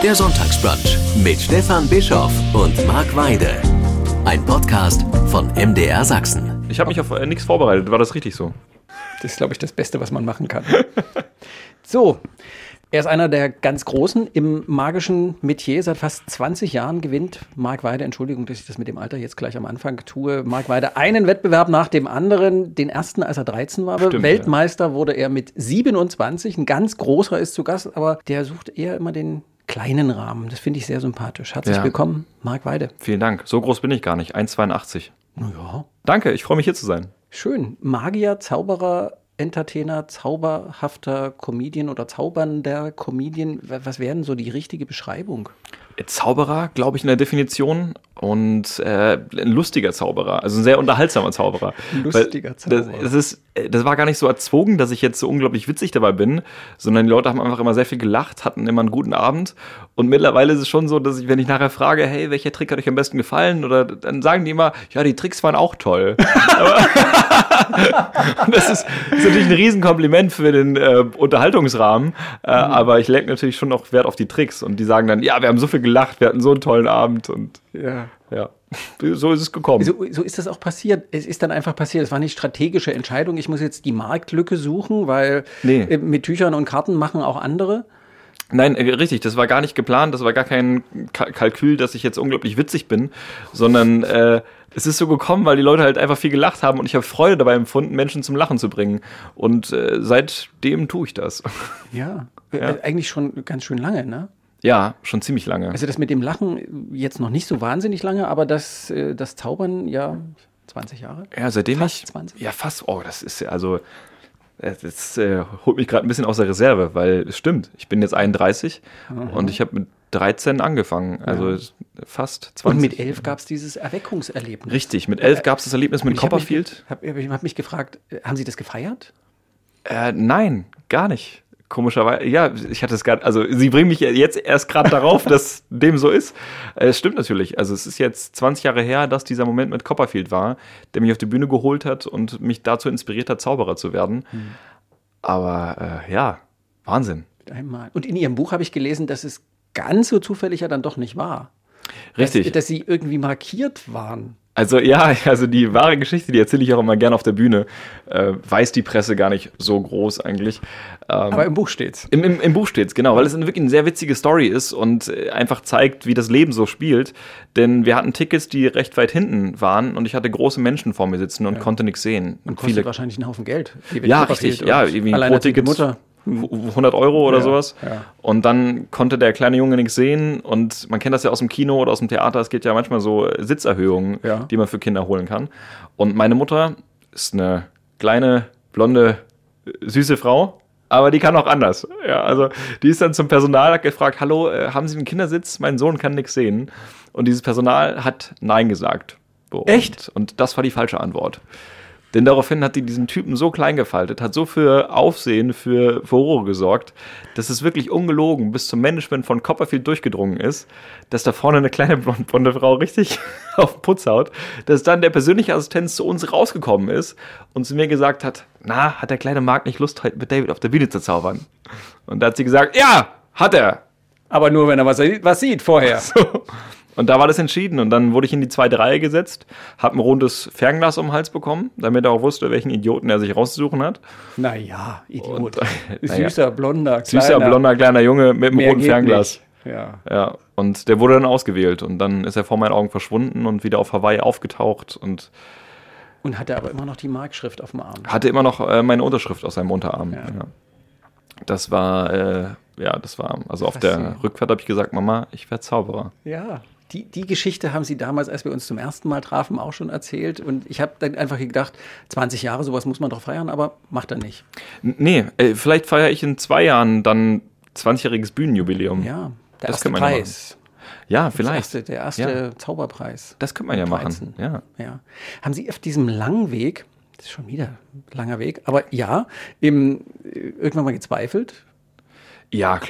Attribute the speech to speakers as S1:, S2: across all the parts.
S1: Der Sonntagsbrunch mit Stefan Bischoff und Marc Weide. Ein Podcast von MDR Sachsen.
S2: Ich habe mich auf nichts vorbereitet. War das richtig so?
S3: Das ist, glaube ich, das Beste, was man machen kann. So, er ist einer der ganz Großen im magischen Metier. Seit fast 20 Jahren gewinnt Marc Weide, Entschuldigung, dass ich das mit dem Alter jetzt gleich am Anfang tue, Marc Weide einen Wettbewerb nach dem anderen. Den ersten, als er 13 war.
S2: Stimmt,
S3: Weltmeister wurde er mit 27. Ein ganz großer ist zu Gast, aber der sucht eher immer den kleinen Rahmen. Das finde ich sehr sympathisch. Herzlich willkommen, Marc Weide.
S2: Vielen Dank. So groß bin ich gar nicht. 1,82.
S3: Ja.
S2: Danke, ich freue mich hier zu sein.
S3: Schön. Magier, Zauberer, Entertainer, zauberhafter Comedian oder zaubernder Comedian. Was wäre denn so die richtige Beschreibung?
S2: Zauberer, glaube ich, in der Definition. Und ein lustiger Zauberer, also ein sehr unterhaltsamer Zauberer.
S3: Lustiger Zauberer.
S2: Das war gar nicht so erzwungen, dass ich jetzt so unglaublich witzig dabei bin, sondern die Leute haben einfach immer sehr viel gelacht, hatten immer einen guten Abend. Und mittlerweile ist es schon so, dass wenn ich nachher frage, hey, welcher Trick hat euch am besten gefallen? Oder dann sagen die immer, ja, die Tricks waren auch toll. Aber das ist natürlich ein Riesenkompliment für den Unterhaltungsrahmen. Aber ich lege natürlich schon noch Wert auf die Tricks. Und die sagen dann, ja, wir haben so viel gelacht, wir hatten so einen tollen Abend. Und ja, so ist es gekommen.
S3: So ist das auch passiert. Es ist dann einfach passiert. Es war nicht strategische Entscheidung. Ich muss jetzt die Marktlücke suchen, weil mit Tüchern und Karten machen auch andere.
S2: Nein, richtig, das war gar nicht geplant, das war gar kein Kalkül, dass ich jetzt unglaublich witzig bin, sondern es ist so gekommen, weil die Leute halt einfach viel gelacht haben und ich habe Freude dabei empfunden, Menschen zum Lachen zu bringen. Und seitdem tue ich das.
S3: Ja, eigentlich schon ganz schön lange, ne?
S2: Ja, schon ziemlich lange.
S3: Also das mit dem Lachen jetzt noch nicht so wahnsinnig lange, aber das Zaubern, ja, 20 Jahre?
S2: Ja, seitdem
S3: fast 20?
S2: Ja, fast. Oh, das ist ja, also, das holt mich gerade ein bisschen aus der Reserve, weil es stimmt, ich bin jetzt 31 und ich habe mit 13 angefangen, also fast 20.
S3: Und mit 11 gab es dieses Erweckungserlebnis.
S2: Richtig, mit 11 gab es das Erlebnis mit Copperfield.
S3: Ich hab mich gefragt, haben Sie das gefeiert?
S2: Nein, gar nicht. Komischerweise, ja, ich hatte es gerade, also Sie bringen mich jetzt erst gerade darauf, dass dem so ist. Es stimmt natürlich, also es ist jetzt 20 Jahre her, dass dieser Moment mit Copperfield war, der mich auf die Bühne geholt hat und mich dazu inspiriert hat, Zauberer zu werden. Aber ja, Wahnsinn.
S3: Einmal. Und in Ihrem Buch habe ich gelesen, dass es ganz so zufällig ja dann doch nicht war.
S2: Richtig.
S3: Dass Sie irgendwie markiert waren.
S2: Also ja, also die wahre Geschichte, die erzähle ich auch immer gerne auf der Bühne. Weiß die Presse gar nicht so groß eigentlich.
S3: Aber im Buch steht's.
S2: Im Buch steht's, genau, weil es wirklich eine sehr witzige Story ist und einfach zeigt, wie das Leben so spielt. Denn wir hatten Tickets, die recht weit hinten waren und ich hatte große Menschen vor mir sitzen und konnte nichts sehen.
S3: Und kostet wahrscheinlich einen Haufen Geld.
S2: Ja, richtig. Ja, irgendwie pro Ticket
S3: Mutter.
S2: 100 Euro oder sowas.
S3: Ja.
S2: Und dann konnte der kleine Junge nichts sehen. Und man kennt das ja aus dem Kino oder aus dem Theater. Es gibt ja manchmal so Sitzerhöhungen, die man für Kinder holen kann. Und meine Mutter ist eine kleine, blonde, süße Frau. Aber die kann auch anders. Ja, also die ist dann zum Personal, hat gefragt, hallo, haben Sie einen Kindersitz? Mein Sohn kann nichts sehen. Und dieses Personal hat Nein gesagt.
S3: Echt?
S2: Und das war die falsche Antwort. Denn daraufhin hat die diesen Typen so klein gefaltet, hat so für Aufsehen, für Furore gesorgt, dass es wirklich ungelogen bis zum Management von Copperfield durchgedrungen ist, dass da vorne eine kleine blonde Frau richtig auf den Putz haut, dass dann der persönliche Assistent zu uns rausgekommen ist und zu mir gesagt hat, na, hat der kleine Marc nicht Lust, heute mit David auf der Bühne zu zaubern? Und da hat sie gesagt, ja, hat er.
S3: Aber nur, wenn er was sieht vorher.
S2: So. Und da war das entschieden und dann wurde ich in die zweite Reihe gesetzt, habe ein rundes Fernglas um den Hals bekommen, damit er auch wusste, welchen Idioten er sich rauszusuchen hat.
S3: Naja, Idiot.
S2: Und,
S3: süßer, blonder,
S2: kleiner Junge mit einem roten Fernglas.
S3: Ja.
S2: Und der wurde dann ausgewählt und dann ist er vor meinen Augen verschwunden und wieder auf Hawaii aufgetaucht. Und
S3: hatte aber immer noch die Markschrift auf dem Arm.
S2: Hatte immer noch meine Unterschrift aus seinem Unterarm. Ja. Das war, also auf der Rückfahrt habe ich gesagt, Mama, ich werde Zauberer.
S3: Ja. Die Geschichte haben Sie damals, als wir uns zum ersten Mal trafen, auch schon erzählt. Und ich habe dann einfach gedacht, 20 Jahre, sowas muss man doch feiern, aber macht er nicht.
S2: Nee, vielleicht feiere ich in 2 Jahren dann 20-jähriges Bühnenjubiläum.
S3: Ja, der erste Preis.
S2: Ja, vielleicht.
S3: Der erste Zauberpreis.
S2: Das könnte man ja machen. Ja.
S3: Haben Sie auf diesem langen Weg, das ist schon wieder ein langer Weg, aber irgendwann mal gezweifelt?
S2: Ja, klar.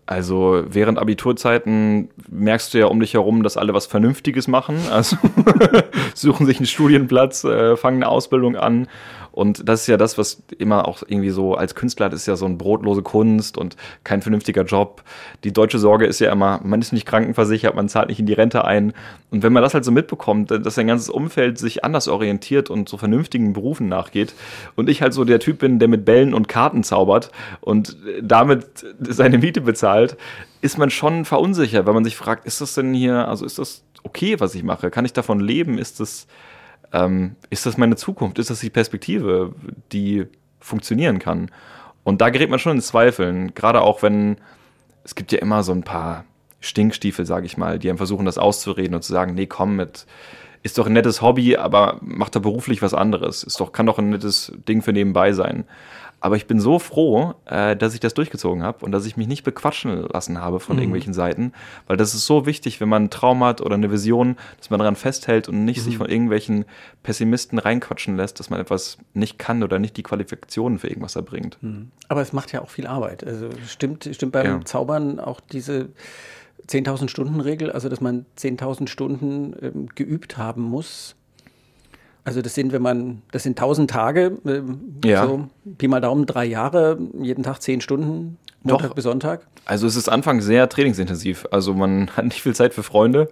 S2: Also während Abiturzeiten merkst du ja um dich herum, dass alle was Vernünftiges machen. Also suchen sich einen Studienplatz, fangen eine Ausbildung an. Und das ist ja das, was immer auch irgendwie so als Künstler hat, ist ja so eine brotlose Kunst und kein vernünftiger Job. Die deutsche Sorge ist ja immer, man ist nicht krankenversichert, man zahlt nicht in die Rente ein. Und wenn man das halt so mitbekommt, dass sein ganzes Umfeld sich anders orientiert und so vernünftigen Berufen nachgeht und ich halt so der Typ bin, der mit Bällen und Karten zaubert und damit seine Miete bezahlt, ist man schon verunsichert, weil man sich fragt, ist das denn hier, also ist das okay, was ich mache? Kann ich davon leben? Ist das meine Zukunft? Ist das die Perspektive, die funktionieren kann? Und da gerät man schon in Zweifeln. Gerade auch wenn, es gibt ja immer so ein paar Stinkstiefel, sage ich mal, die einem versuchen, das auszureden und zu sagen, nee, komm mit, ist doch ein nettes Hobby, aber mach doch beruflich was anderes. Kann doch ein nettes Ding für nebenbei sein. Aber ich bin so froh, dass ich das durchgezogen habe und dass ich mich nicht bequatschen lassen habe von irgendwelchen Seiten, weil das ist so wichtig, wenn man einen Traum hat oder eine Vision, dass man daran festhält und nicht sich von irgendwelchen Pessimisten reinquatschen lässt, dass man etwas nicht kann oder nicht die Qualifikationen für irgendwas erbringt.
S3: Aber es macht ja auch viel Arbeit. Also stimmt beim Zaubern auch diese 10.000 Stunden Regel, also dass man 10.000 Stunden geübt haben muss. Also das sind 1.000 Tage, so Pi mal Daumen 3 Jahre, jeden Tag 10 Stunden, Montag bis Sonntag.
S2: Also es ist anfangs sehr trainingsintensiv, also man hat nicht viel Zeit für Freunde.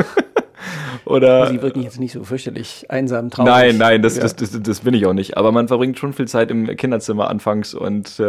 S2: Oder
S3: Sie wirken jetzt nicht so fürchterlich einsam, traurig.
S2: Nein, das bin ich auch nicht. Aber man verbringt schon viel Zeit im Kinderzimmer anfangs und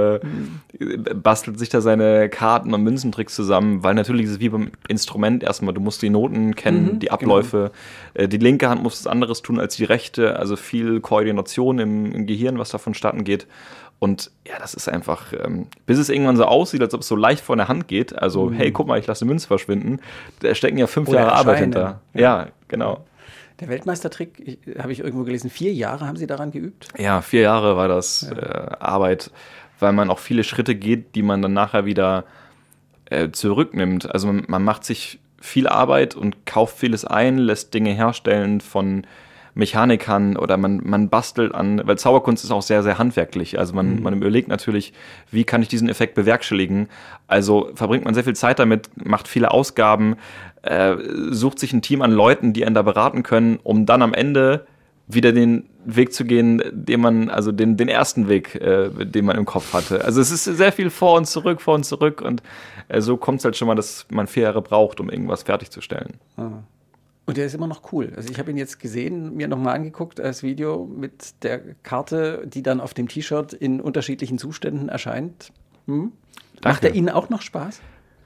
S2: bastelt sich da seine Karten und Münzentricks zusammen, weil natürlich ist es wie beim Instrument erstmal, du musst die Noten kennen, die Abläufe. Genau. Die linke Hand muss was anderes tun als die rechte, also viel Koordination im Gehirn, was da vonstatten geht. Und ja, das ist einfach, bis es irgendwann so aussieht, als ob es so leicht vor der Hand geht. Also, hey, guck mal, ich lasse eine Münze verschwinden. Da stecken ja 5 Jahre Arbeit hinter. Ja, genau.
S3: Der Weltmeistertrick, habe ich irgendwo gelesen, 4 Jahre haben Sie daran geübt?
S2: Ja, 4 Jahre war das Arbeit, weil man auch viele Schritte geht, die man dann nachher wieder zurücknimmt. Also man macht sich viel Arbeit und kauft vieles ein, lässt Dinge herstellen von Mechanikern oder man bastelt an, weil Zauberkunst ist auch sehr, sehr handwerklich. Also man überlegt natürlich, wie kann ich diesen Effekt bewerkstelligen. Also verbringt man sehr viel Zeit damit, macht viele Ausgaben, sucht sich ein Team an Leuten, die einen da beraten können, um dann am Ende wieder den Weg zu gehen, den ersten Weg, den man im Kopf hatte. Also es ist sehr viel vor und zurück und so kommt es halt schon mal, dass man 4 Jahre braucht, um irgendwas fertigzustellen.
S3: Ah. Und der ist immer noch cool. Also ich habe ihn jetzt gesehen, mir nochmal angeguckt als Video mit der Karte, die dann auf dem T-Shirt in unterschiedlichen Zuständen erscheint. Macht er Ihnen auch noch Spaß?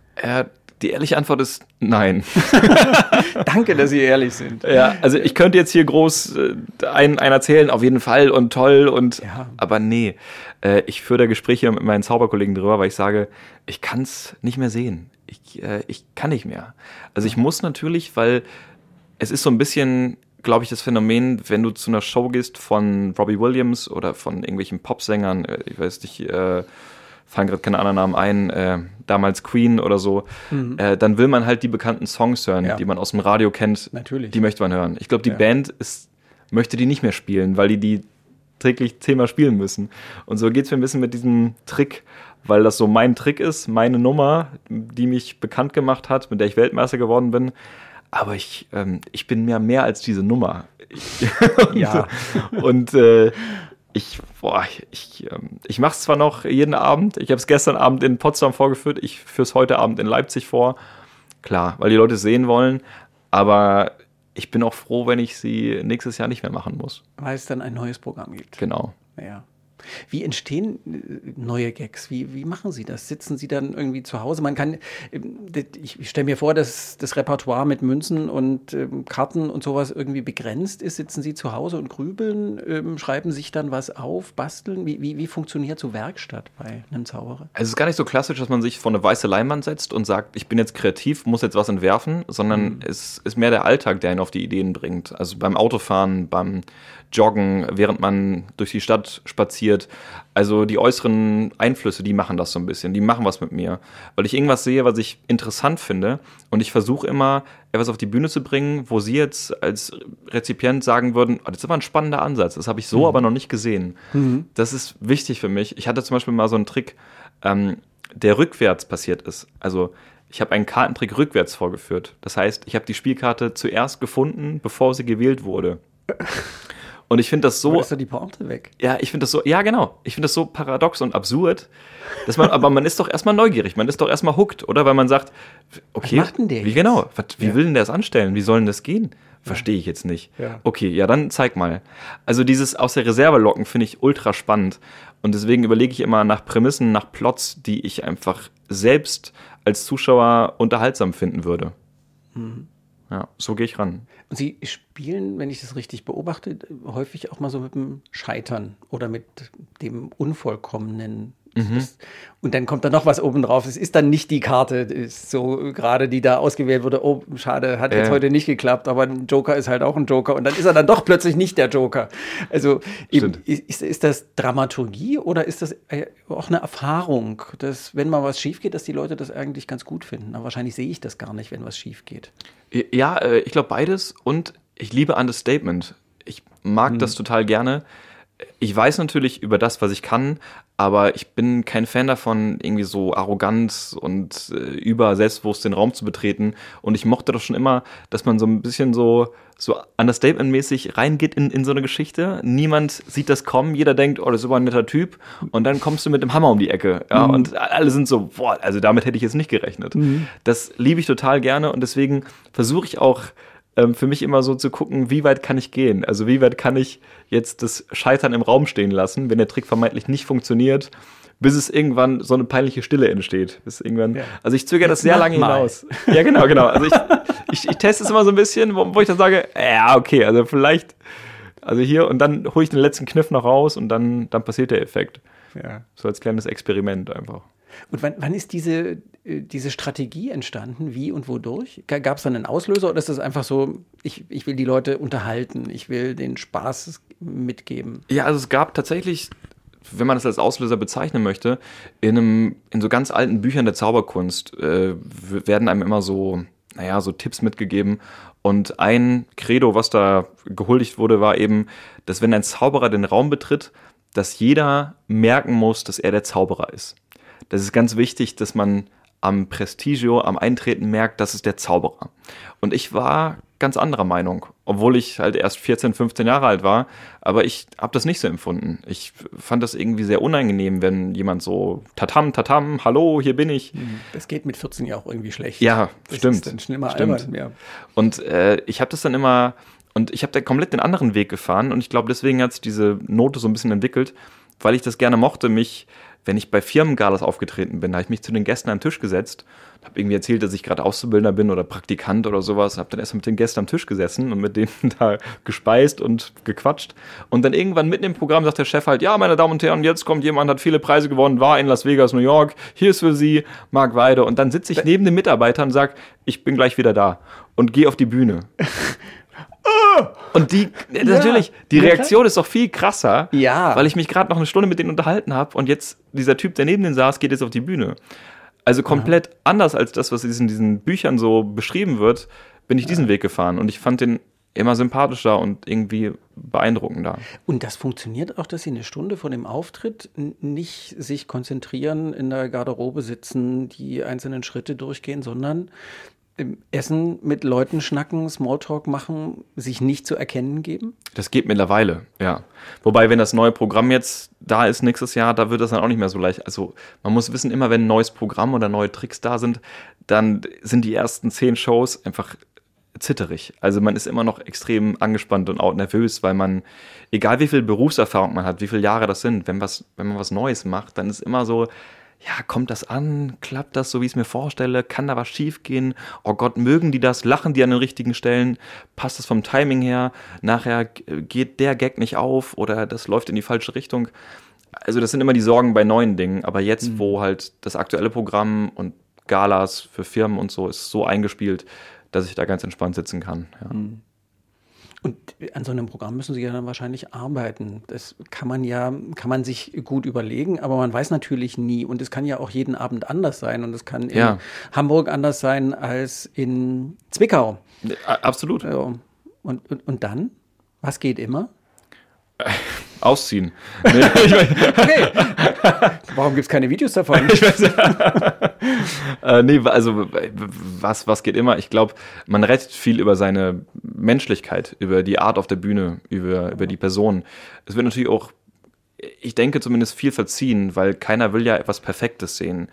S2: Die ehrliche Antwort ist nein.
S3: Danke, dass Sie ehrlich sind.
S2: Ja, also ich könnte jetzt hier groß einen erzählen, auf jeden Fall und toll aber nee. Ich führe da Gespräche mit meinen Zauberkollegen drüber, weil ich sage, ich kann es nicht mehr sehen. Ich kann nicht mehr. Also ich muss natürlich, weil es ist so ein bisschen, glaube ich, das Phänomen, wenn du zu einer Show gehst von Robbie Williams oder von irgendwelchen Popsängern, ich weiß nicht, fallen gerade keine anderen Namen ein, damals Queen oder so, dann will man halt die bekannten Songs hören, die man aus dem Radio kennt.
S3: Natürlich.
S2: Die möchte man hören. Ich glaube, die Band möchte die nicht mehr spielen, weil die täglich 10-mal spielen müssen. Und so geht es mir ein bisschen mit diesem Trick, weil das so mein Trick ist, meine Nummer, die mich bekannt gemacht hat, mit der ich Weltmeister geworden bin. Aber ich bin mehr als diese Nummer. Ich mache es zwar noch jeden Abend, ich habe es gestern Abend in Potsdam vorgeführt, ich führe es heute Abend in Leipzig vor. Klar, weil die Leute es sehen wollen, aber ich bin auch froh, wenn ich sie nächstes Jahr nicht mehr machen muss.
S3: Weil es dann ein neues Programm gibt.
S2: Genau.
S3: Ja. Wie entstehen neue Gags? Wie machen Sie das? Sitzen Sie dann irgendwie zu Hause? Ich stelle mir vor, dass das Repertoire mit Münzen und Karten und sowas irgendwie begrenzt ist. Sitzen Sie zu Hause und grübeln, schreiben sich dann was auf, basteln? Wie funktioniert so Werkstatt bei einem Zauberer?
S2: Also es ist gar nicht so klassisch, dass man sich vor eine weiße Leinwand setzt und sagt, ich bin jetzt kreativ, muss jetzt was entwerfen, sondern es ist mehr der Alltag, der einen auf die Ideen bringt. Also beim Autofahren, beim Joggen, während man durch die Stadt spaziert. Also die äußeren Einflüsse, die machen das so ein bisschen, die machen was mit mir. Weil ich irgendwas sehe, was ich interessant finde und ich versuche immer, etwas auf die Bühne zu bringen, wo Sie jetzt als Rezipient sagen würden, das ist aber ein spannender Ansatz, das habe ich so aber noch nicht gesehen. Das ist wichtig für mich. Ich hatte zum Beispiel mal so einen Trick, der rückwärts passiert ist. Also ich habe einen Kartentrick rückwärts vorgeführt. Das heißt, ich habe die Spielkarte zuerst gefunden, bevor sie gewählt wurde. Und ich finde das so...
S3: Ist doch die Pointe weg.
S2: Ja, ich finde das so... Ja, genau. Ich finde das so paradox und absurd, dass aber man ist doch erstmal neugierig. Man ist doch erstmal hooked, oder? Weil man sagt, okay,
S3: was macht denn der
S2: wie
S3: jetzt?
S2: genau? Wie will denn der das anstellen? Wie soll denn das gehen? Verstehe ich jetzt nicht.
S3: Ja.
S2: Okay, ja, dann zeig mal. Also dieses aus der Reserve locken finde ich ultra spannend. Und deswegen überlege ich immer nach Prämissen, nach Plots, die ich einfach selbst als Zuschauer unterhaltsam finden würde. Ja, so gehe ich ran.
S3: Und Sie spielen, wenn ich das richtig beobachte, häufig auch mal so mit dem Scheitern oder mit dem Unvollkommenen. Und dann kommt da noch was oben drauf. Es ist dann nicht die Karte, ist so gerade die da ausgewählt wurde. Oh, schade, hat jetzt heute nicht geklappt, aber ein Joker ist halt auch ein Joker. Und dann ist er dann doch plötzlich nicht der Joker. Also eben, ist das Dramaturgie oder ist das auch eine Erfahrung, dass wenn mal was schief geht, dass die Leute das eigentlich ganz gut finden? Aber wahrscheinlich sehe ich das gar nicht, wenn was schief geht.
S2: Ja, ich glaube beides und ich liebe Understatement. Ich mag das total gerne. Ich weiß natürlich über das, was ich kann, aber ich bin kein Fan davon, irgendwie so arrogant und über selbstbewusst den Raum zu betreten. Und ich mochte doch schon immer, dass man so ein bisschen so Understatement-mäßig reingeht in so eine Geschichte. Niemand sieht das kommen, jeder denkt, oh, das ist aber ein netter Typ. Und dann kommst du mit dem Hammer um die Ecke. Ja, und alle sind so, boah, also damit hätte ich jetzt nicht gerechnet. Das liebe ich total gerne und deswegen versuche ich auch, für mich immer so zu gucken, wie weit kann ich gehen? Also wie weit kann ich jetzt das Scheitern im Raum stehen lassen, wenn der Trick vermeintlich nicht funktioniert, bis es irgendwann so eine peinliche Stille entsteht. Bis irgendwann, also ich zögere das sehr lange hinaus. Ja, genau. Also ich teste es immer so ein bisschen, wo ich dann sage, ja, okay, also vielleicht, also hier und dann hole ich den letzten Kniff noch raus und dann passiert der Effekt. Ja. So als kleines Experiment einfach.
S3: Und wann ist diese Strategie entstanden? Wie und wodurch? Gab es dann einen Auslöser oder ist das einfach so, ich will die Leute unterhalten, ich will den Spaß mitgeben? Ja,
S2: also es gab tatsächlich, wenn man das als Auslöser bezeichnen möchte, in so ganz alten Büchern der Zauberkunst werden einem immer so Tipps mitgegeben. Und ein Credo, was da gehuldigt wurde, war eben, dass wenn ein Zauberer den Raum betritt, dass jeder merken muss, dass er der Zauberer ist. Das ist ganz wichtig, dass man am Prestigio, am Eintreten merkt, das ist der Zauberer. Und ich war ganz anderer Meinung, obwohl ich halt erst 14, 15 Jahre alt war, aber ich habe das nicht so empfunden. Ich fand das irgendwie sehr unangenehm, wenn jemand so tatam, hallo, hier bin ich.
S3: Das geht mit 14 ja auch irgendwie schlecht.
S2: Ja,
S3: das
S2: stimmt.
S3: Ist dann schon immer albern, ja.
S2: Und ich habe das dann immer, und ich habe da komplett den anderen Weg gefahren und ich glaube, deswegen hat sich diese Note so ein bisschen entwickelt, weil ich das gerne mochte, wenn ich bei Firmengalas aufgetreten bin, habe ich mich zu den Gästen am Tisch gesetzt, habe irgendwie erzählt, dass ich gerade Auszubildender bin oder Praktikant oder sowas, habe dann erst mit den Gästen am Tisch gesessen und mit denen da gespeist und gequatscht und dann irgendwann mitten im Programm sagt der Chef halt, ja, meine Damen und Herren, jetzt kommt jemand, hat viele Preise gewonnen, war in Las Vegas, New York, hier ist für Sie Mark Weide und dann sitze ich neben den Mitarbeitern und sage, ich bin gleich wieder da und gehe auf die Bühne. Und natürlich, die Reaktion ist doch viel krasser, weil ich mich gerade noch eine Stunde mit denen unterhalten habe und jetzt dieser Typ, der neben denen saß, geht jetzt auf die Bühne. Also komplett anders als das, was in diesen Büchern so beschrieben wird, bin ich diesen Weg gefahren und ich fand den immer sympathischer und irgendwie beeindruckender.
S3: Und das funktioniert auch, dass Sie eine Stunde vor dem Auftritt nicht sich konzentrieren, in der Garderobe sitzen, die einzelnen Schritte durchgehen, sondern im Essen mit Leuten schnacken, Smalltalk machen, sich nicht zu erkennen geben?
S2: Das geht mittlerweile, ja. Wobei, wenn das neue Programm jetzt da ist nächstes Jahr, da wird das dann auch nicht mehr so leicht. Also man muss wissen, immer wenn ein neues Programm oder neue Tricks da sind, dann sind die ersten 10 Shows einfach zitterig. Also man ist immer noch extrem angespannt und auch nervös, weil man, egal wie viel Berufserfahrung man hat, wie viele Jahre das sind, wenn man was Neues macht, dann ist immer so, ja, kommt das an? Klappt das so, wie ich es mir vorstelle? Kann da was schief gehen? Oh Gott, mögen die das? Lachen die an den richtigen Stellen? Passt das vom Timing her? Nachher geht der Gag nicht auf oder das läuft in die falsche Richtung. Also das sind immer die Sorgen bei neuen Dingen. Aber jetzt, wo halt das aktuelle Programm und Galas für Firmen und so ist so eingespielt, dass ich da ganz entspannt sitzen kann. Ja.
S3: Und an so einem Programm müssen Sie ja dann wahrscheinlich arbeiten. Das kann man sich gut überlegen, aber man weiß natürlich nie. Und es kann ja auch jeden Abend anders sein. Und es kann in Hamburg anders sein als in Zwickau.
S2: Absolut.
S3: Und dann? Was geht immer?
S2: Ausziehen. Nee,
S3: Okay. Warum gibt es keine Videos davon?
S2: nee, also was geht immer? Ich glaube, man rettet viel über seine Menschlichkeit, über die Art auf der Bühne, über die Person. Es wird natürlich auch, ich denke zumindest, viel verziehen, weil keiner will ja etwas Perfektes sehen.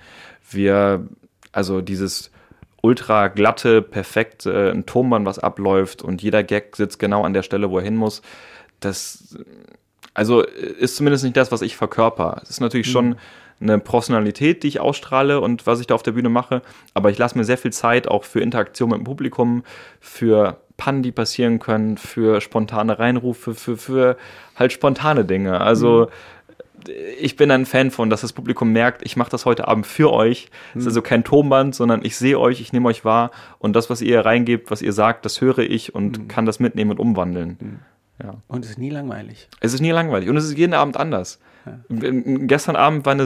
S2: Also dieses ultra glatte, perfekt, ein Tonband, was abläuft und jeder Gag sitzt genau an der Stelle, wo er hin muss. Das ist zumindest nicht das, was ich verkörper. Es ist natürlich schon eine Professionalität, die ich ausstrahle und was ich da auf der Bühne mache, aber ich lasse mir sehr viel Zeit auch für Interaktion mit dem Publikum, für Pannen, die passieren können, für spontane Reinrufe, für halt spontane Dinge. Also ich bin ein Fan von, dass das Publikum merkt, ich mache das heute Abend für euch. Es ist also kein Tonband, sondern ich sehe euch, ich nehme euch wahr und das, was ihr reingebt, was ihr sagt, das höre ich und kann das mitnehmen und umwandeln. Ja.
S3: Und es ist nie langweilig.
S2: Es ist nie langweilig und es ist jeden Abend anders. Ja. Gestern Abend war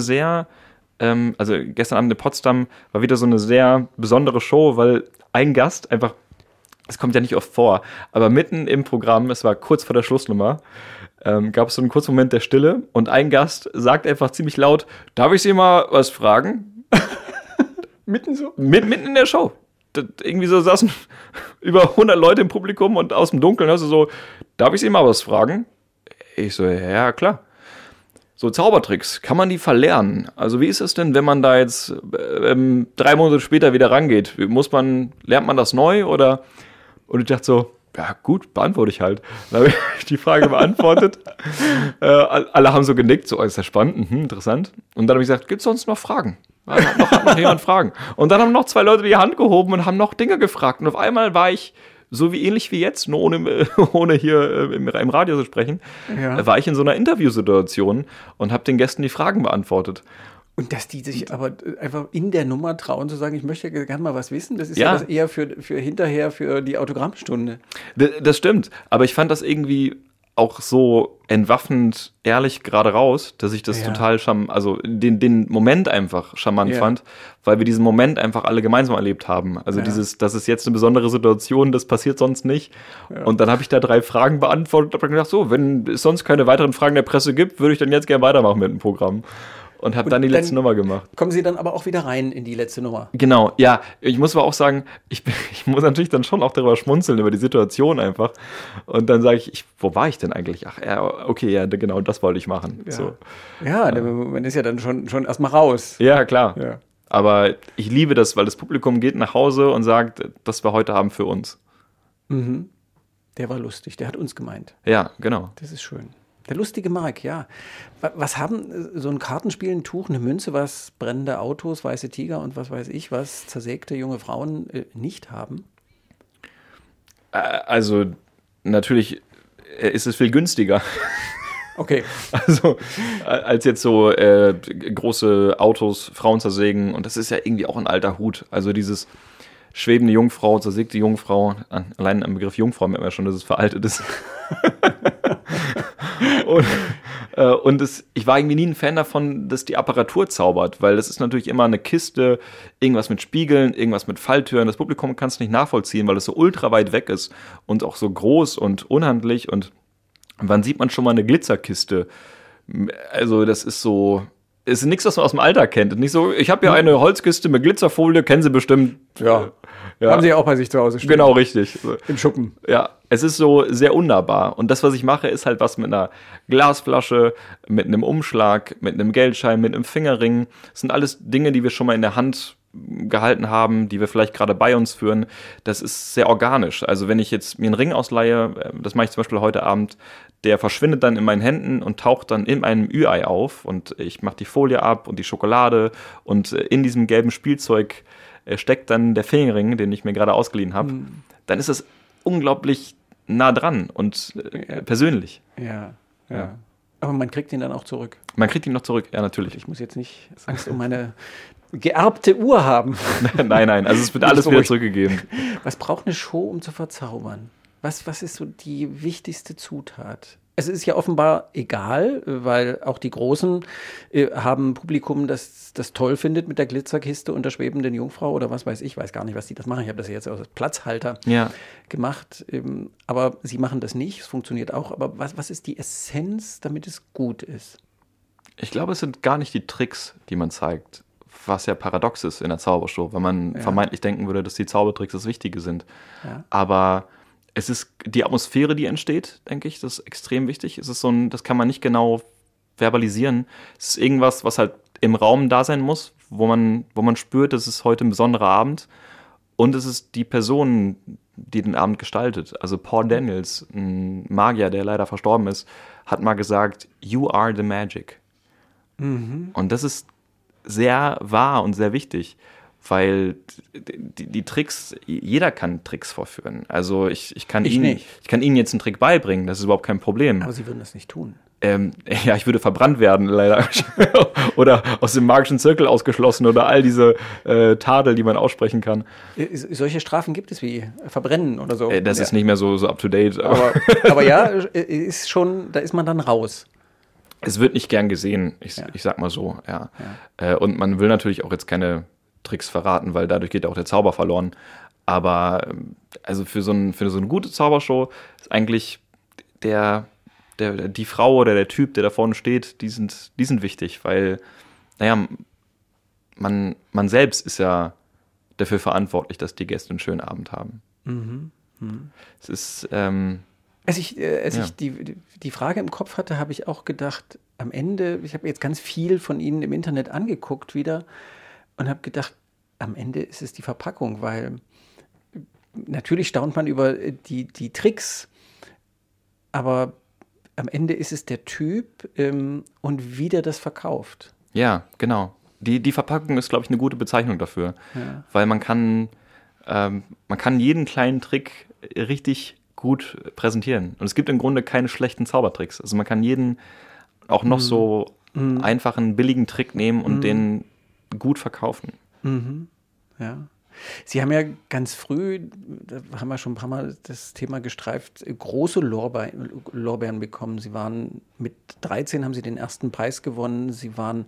S2: gestern Abend in Potsdam war wieder so eine sehr besondere Show, weil ein Gast einfach, das kommt ja nicht oft vor, aber mitten im Programm, es war kurz vor der Schlussnummer, gab es so einen kurzen Moment der Stille und ein Gast sagt einfach ziemlich laut, darf ich Sie mal was fragen?
S3: Mitten so?
S2: Mitten in der Show. Irgendwie so saßen über 100 Leute im Publikum und aus dem Dunkeln hörst du so, darf ich Sie mal was fragen? Ich so, ja, klar. So Zaubertricks, kann man die verlernen? Also wie ist es denn, wenn man da jetzt 3 Monate später wieder rangeht? Lernt man das neu oder? Und ich dachte so, ja gut, beantworte ich halt. Dann habe ich die Frage beantwortet. Alle haben so genickt, so, ist ja spannend, interessant. Und dann habe ich gesagt, gibt es sonst noch Fragen? Hat noch jemand Fragen? Und dann haben noch 2 Leute die Hand gehoben und haben noch Dinge gefragt. Und auf einmal war ich, so wie ähnlich wie jetzt, nur ohne hier im Radio zu sprechen, war ich in so einer Interviewsituation und habe den Gästen die Fragen beantwortet.
S3: Und dass die sich aber einfach in der Nummer trauen zu sagen, ich möchte gerne mal was wissen, das ist ja das eher für hinterher, für die Autogrammstunde. Das
S2: stimmt, aber ich fand das irgendwie auch so entwaffnend ehrlich gerade raus, dass ich das total den Moment einfach charmant fand, weil wir diesen Moment einfach alle gemeinsam erlebt haben. Also das ist jetzt eine besondere Situation, das passiert sonst nicht. Ja. Und dann habe ich da 3 Fragen beantwortet und habe gedacht, so, wenn es sonst keine weiteren Fragen der Presse gibt, würde ich dann jetzt gerne weitermachen mit dem Programm. Und habe dann die letzte Nummer gemacht.
S3: Kommen Sie dann aber auch wieder rein in die letzte Nummer?
S2: Genau, ja. Ich muss aber auch sagen, ich muss natürlich dann schon auch darüber schmunzeln, über die Situation einfach. Und dann sage ich, wo war ich denn eigentlich? Ach, ja, okay, ja, genau, das wollte ich machen.
S3: Ja,
S2: so.
S3: Man ist ja dann schon erstmal raus.
S2: Ja, klar. Ja. Aber ich liebe das, weil das Publikum geht nach Hause und sagt, das war heute Abend für uns.
S3: Mhm. Der war lustig, der hat uns gemeint.
S2: Ja, genau.
S3: Das ist schön. Der lustige Mark, ja. Was haben so ein Kartenspiel, ein Tuch, eine Münze, was brennende Autos, weiße Tiger und was weiß ich, was zersägte junge Frauen nicht haben?
S2: Also natürlich ist es viel günstiger.
S3: Okay.
S2: Also als jetzt so große Autos Frauen zersägen und das ist ja irgendwie auch ein alter Hut. Also dieses schwebende Jungfrau, zersägte Jungfrau, allein am Begriff Jungfrau merkt man schon, dass es veraltet ist. Ich war irgendwie nie ein Fan davon, dass die Apparatur zaubert, weil das ist natürlich immer eine Kiste, irgendwas mit Spiegeln, irgendwas mit Falltüren. Das Publikum kann es nicht nachvollziehen, weil es so ultra weit weg ist und auch so groß und unhandlich. Und wann sieht man schon mal eine Glitzerkiste? Also das ist so, ist nichts, was man aus dem Alltag kennt. Nicht so, ich habe ja eine Holzkiste mit Glitzerfolie, kennen Sie bestimmt.
S3: Ja. Haben Sie ja auch bei sich zu Hause stehen.
S2: Genau, richtig.
S3: Im Schuppen.
S2: Ja, es ist so sehr unnahbar. Und das, was ich mache, ist halt was mit einer Glasflasche, mit einem Umschlag, mit einem Geldschein, mit einem Fingerring. Das sind alles Dinge, die wir schon mal in der Hand gehalten haben, die wir vielleicht gerade bei uns führen. Das ist sehr organisch. Also wenn ich jetzt mir einen Ring ausleihe, das mache ich zum Beispiel heute Abend, der verschwindet dann in meinen Händen und taucht dann in einem Ü-Ei auf. Und ich mache die Folie ab und die Schokolade. Und in diesem gelben Spielzeug steckt dann der Fingerring, den ich mir gerade ausgeliehen habe, dann ist es unglaublich nah dran und persönlich.
S3: Ja. Aber man kriegt ihn dann auch zurück.
S2: Man kriegt ihn noch zurück, ja, natürlich.
S3: Ich muss jetzt nicht Angst um meine geerbte Uhr haben.
S2: Nein, also es wird alles wieder zurückgegeben.
S3: Was braucht eine Show, um zu verzaubern? Was ist so die wichtigste Zutat? es ist ja offenbar egal, weil auch die Großen haben ein Publikum, das toll findet mit der Glitzerkiste und der schwebenden Jungfrau oder was weiß ich, weiß gar nicht, was die das machen. Ich habe das jetzt aus Platzhalter gemacht, aber sie machen das nicht, es funktioniert auch. Aber was ist die Essenz, damit es gut ist?
S2: Ich glaube, es sind gar nicht die Tricks, die man zeigt, was ja paradox ist in der Zaubershow, weil man vermeintlich denken würde, dass die Zaubertricks das Wichtige sind. Ja. Aber es ist die Atmosphäre, die entsteht, denke ich, das ist extrem wichtig. Es ist das kann man nicht genau verbalisieren. Es ist irgendwas, was halt im Raum da sein muss, wo man spürt, es ist heute ein besonderer Abend. Und es ist die Person, die den Abend gestaltet. Also Paul Daniels, ein Magier, der leider verstorben ist, hat mal gesagt, "You are the magic." Mhm. Und das ist sehr wahr und sehr wichtig. Weil die Tricks, jeder kann Tricks vorführen. Also ich kann Ihnen jetzt einen Trick beibringen, das ist überhaupt kein Problem.
S3: Aber Sie würden das nicht tun.
S2: Ja, ich würde verbrannt werden, leider. Oder aus dem magischen Zirkel ausgeschlossen oder all diese Tadel, die man aussprechen kann.
S3: Solche Strafen gibt es wie Verbrennen oder so.
S2: Das ist nicht mehr so up to date.
S3: Aber ja, ist schon, da ist man dann raus.
S2: Es wird nicht gern gesehen, ich sag mal so, ja. Und man will natürlich auch jetzt keine Tricks verraten, weil dadurch geht auch der Zauber verloren. Aber also für so eine gute Zaubershow ist eigentlich die Frau oder der Typ, der da vorne steht, die sind wichtig, weil, naja, man selbst ist ja dafür verantwortlich, dass die Gäste einen schönen Abend haben. Mhm. Mhm. Es ist
S3: Als ich die Frage im Kopf hatte, habe ich auch gedacht, am Ende, ich habe jetzt ganz viel von Ihnen im Internet angeguckt wieder und habe gedacht, am Ende ist es die Verpackung, weil natürlich staunt man über die Tricks, aber am Ende ist es der Typ und wie der das verkauft.
S2: Ja, genau. Die Verpackung ist, glaube ich, eine gute Bezeichnung dafür, weil man kann jeden kleinen Trick richtig gut präsentieren. Und es gibt im Grunde keine schlechten Zaubertricks. Also man kann jeden auch noch so einfachen, billigen Trick nehmen und den gut verkaufen.
S3: Mhm. Ja. Sie haben ja ganz früh, da haben wir schon ein paar Mal das Thema gestreift, große Lorbeeren bekommen. Sie waren mit 13, haben Sie den ersten Preis gewonnen. Sie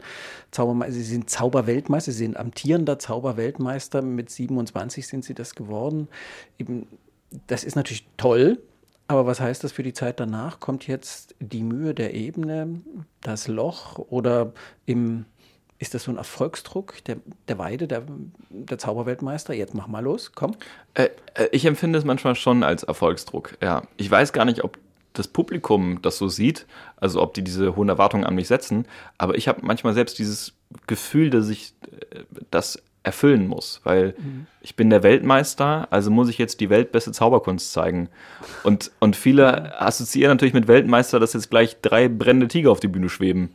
S3: sind Zauberweltmeister, Sie sind amtierender Zauberweltmeister. Mit 27 sind Sie das geworden. Eben, das ist natürlich toll, aber was heißt das für die Zeit danach? Kommt jetzt die Mühe der Ebene, das Loch oder ist das so ein Erfolgsdruck der Weide, der Zauberweltmeister? Jetzt mach mal los, komm.
S2: Ich empfinde es manchmal schon als Erfolgsdruck, ja. Ich weiß gar nicht, ob das Publikum das so sieht, also ob die diese hohen Erwartungen an mich setzen, aber ich habe manchmal selbst dieses Gefühl, dass ich das erfüllen muss, weil ich bin der Weltmeister, also muss ich jetzt die weltbeste Zauberkunst zeigen. Und viele assoziieren natürlich mit Weltmeister, dass jetzt gleich 3 brennende Tiger auf die Bühne schweben.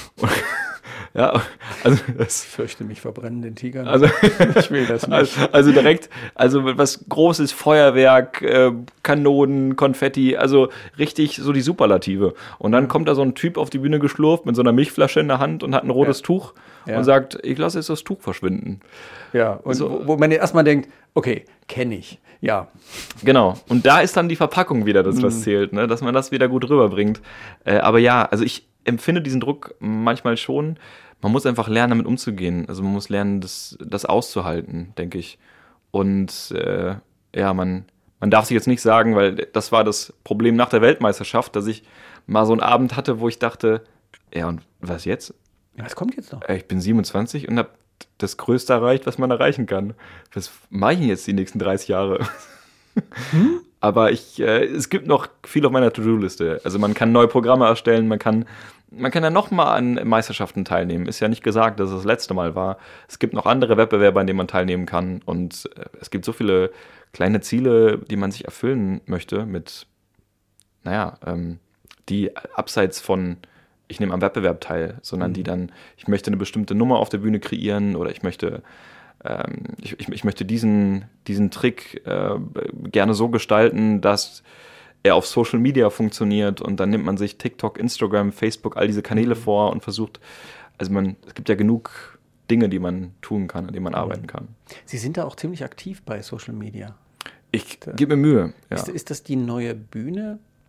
S2: Ja, also
S3: ich fürchte mich vor brennenden Tigern.
S2: Also
S3: ich will das nicht.
S2: Also direkt, was Großes, Feuerwerk, Kanonen, Konfetti, also richtig so die Superlative. Und dann kommt da so ein Typ auf die Bühne geschlurft mit so einer Milchflasche in der Hand und hat ein rotes Tuch und sagt, ich lasse jetzt das Tuch verschwinden.
S3: Ja, und so, wo man erstmal denkt, okay, kenne ich, ja.
S2: Genau, und da ist dann die Verpackung wieder das, was zählt, ne? Dass man das wieder gut rüberbringt. Aber ja, also ich empfinde diesen Druck manchmal schon. Man muss einfach lernen, damit umzugehen. Also man muss lernen, das auszuhalten, denke ich. Und man darf sich jetzt nicht sagen, weil das war das Problem nach der Weltmeisterschaft, dass ich mal so einen Abend hatte, wo ich dachte, ja und was jetzt?
S3: Was kommt jetzt noch?
S2: Ich bin 27 und habe das Größte erreicht, was man erreichen kann. Was mache ich denn jetzt die nächsten 30 Jahre? Aber es gibt noch viel auf meiner To-Do-Liste. Also man kann neue Programme erstellen, man kann ja nochmal an Meisterschaften teilnehmen. Ist ja nicht gesagt, dass es das letzte Mal war. Es gibt noch andere Wettbewerbe, an denen man teilnehmen kann. Und es gibt so viele kleine Ziele, die man sich erfüllen möchte mit, die abseits von ich nehme am Wettbewerb teil, sondern die dann, ich möchte eine bestimmte Nummer auf der Bühne kreieren oder ich möchte diesen Trick gerne so gestalten, dass er auf Social Media funktioniert und dann nimmt man sich TikTok, Instagram, Facebook, all diese Kanäle vor und versucht, es gibt ja genug Dinge, die man tun kann, an denen man arbeiten kann.
S3: Sie sind da auch ziemlich aktiv bei Social Media.
S2: Ich gebe mir Mühe. Ja.
S3: Ist das die neue Bühne?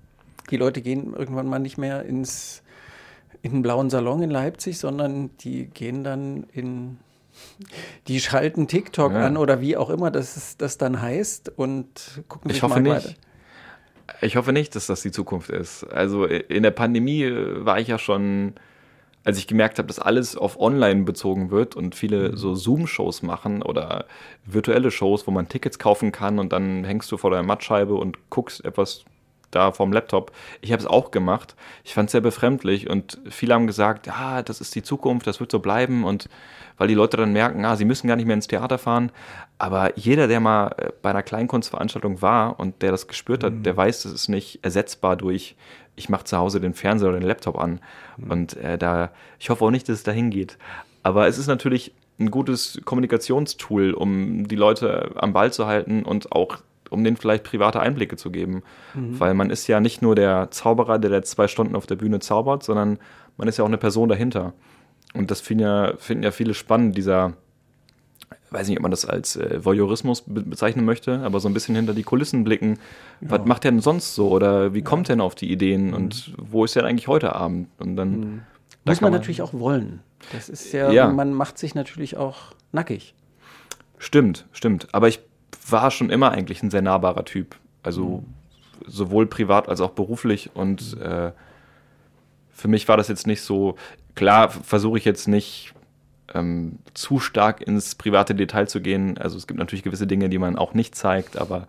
S3: die Leute gehen irgendwann mal nicht mehr in den blauen Salon in Leipzig, sondern die gehen dann die schalten TikTok an oder wie auch immer das dann heißt und gucken sich mal weiter.
S2: Ich hoffe nicht, dass das die Zukunft ist. Also in der Pandemie war ich ja schon, als ich gemerkt habe, dass alles auf Online bezogen wird und viele so Zoom-Shows machen oder virtuelle Shows, wo man Tickets kaufen kann und dann hängst du vor der Mattscheibe und guckst etwas da vorm Laptop. Ich habe es auch gemacht. Ich fand es sehr befremdlich und viele haben gesagt, ja, das ist die Zukunft, das wird so bleiben und weil die Leute dann merken, sie müssen gar nicht mehr ins Theater fahren. Aber jeder, der mal bei einer Kleinkunstveranstaltung war und der das gespürt hat, der weiß, das ist nicht ersetzbar durch, ich mache zu Hause den Fernseher oder den Laptop an. Und ich hoffe auch nicht, dass es dahin geht. Aber es ist natürlich ein gutes Kommunikationstool, um die Leute am Ball zu halten und auch um denen vielleicht private Einblicke zu geben. Weil man ist ja nicht nur der Zauberer, der 2 Stunden auf der Bühne zaubert, sondern man ist ja auch eine Person dahinter. Und das finden ja viele spannend, dieser, weiß nicht, ob man das als Voyeurismus bezeichnen möchte, aber so ein bisschen hinter die Kulissen blicken. Ja. Was macht der denn sonst so? Oder wie kommt der denn auf die Ideen? Und wo ist der denn eigentlich heute Abend? Und dann
S3: muss man natürlich auch wollen. Das ist ja, man macht sich natürlich auch nackig.
S2: Stimmt. Aber ich war schon immer eigentlich ein sehr nahbarer Typ. Also sowohl privat als auch beruflich. Und für mich war das jetzt nicht so, klar versuche ich jetzt nicht zu stark ins private Detail zu gehen. Also es gibt natürlich gewisse Dinge, die man auch nicht zeigt, aber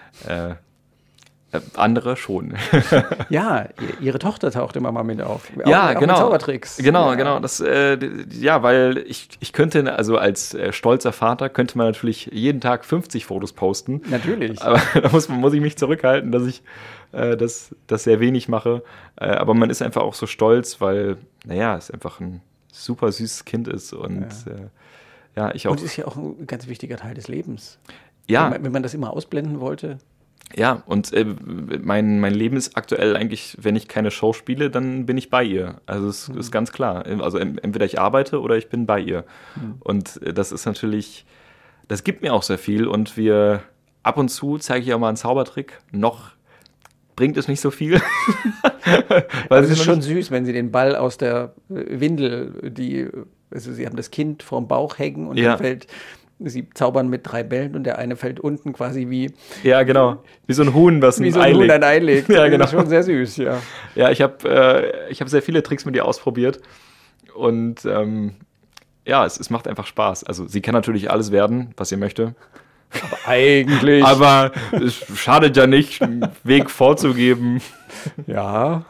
S2: andere schon.
S3: Ja, ihre Tochter taucht immer mal mit auf.
S2: Ja,
S3: auch
S2: genau.
S3: Mit Zaubertricks.
S2: Genau. Das, weil ich könnte, also als stolzer Vater, könnte man natürlich jeden Tag 50 Fotos posten.
S3: Natürlich.
S2: Aber da muss ich mich zurückhalten, dass ich das sehr wenig mache. Aber man ist einfach auch so stolz, weil, es einfach ein super süßes Kind ist. Und ich auch.
S3: Und es ist ja auch ein ganz wichtiger Teil des Lebens.
S2: Ja.
S3: Wenn man das immer ausblenden wollte.
S2: Ja, und mein Leben ist aktuell eigentlich, wenn ich keine Show spiele, dann bin ich bei ihr. Also es ist ganz klar. Also entweder ich arbeite oder ich bin bei ihr. Und das ist natürlich, das gibt mir auch sehr viel. Und ab und zu zeige ich auch mal einen Zaubertrick. Noch bringt es nicht so viel.
S3: Weil es ist schon süß, wenn sie den Ball aus der Windel, also sie haben das Kind vorm Bauch hängen und dann fällt... Sie zaubern mit 3 Bällen und der eine fällt unten quasi wie...
S2: Ja, genau. Wie so ein Huhn, was ein Ei legt.
S3: Ein Ei legt.
S2: Ja, genau.
S3: Das ist schon sehr süß, ja.
S2: Ja, ich hab sehr viele Tricks mit ihr ausprobiert. Und es macht einfach Spaß. Also sie kann natürlich alles werden, was sie möchte.
S3: Aber eigentlich...
S2: Aber es schadet ja nicht, einen Weg vorzugeben.
S3: Ja.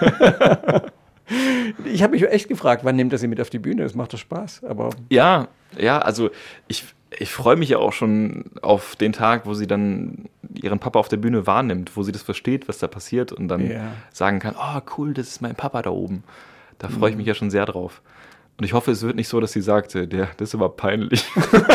S3: Ich habe mich echt gefragt, wann nimmt er sie mit auf die Bühne? Das macht doch Spaß. Aber
S2: ja, also ich freue mich ja auch schon auf den Tag, wo sie dann ihren Papa auf der Bühne wahrnimmt, wo sie das versteht, was da passiert und dann sagen kann, cool, das ist mein Papa da oben. Da freue ich mich ja schon sehr drauf. Und ich hoffe, es wird nicht so, dass sie sagt, das ist aber peinlich.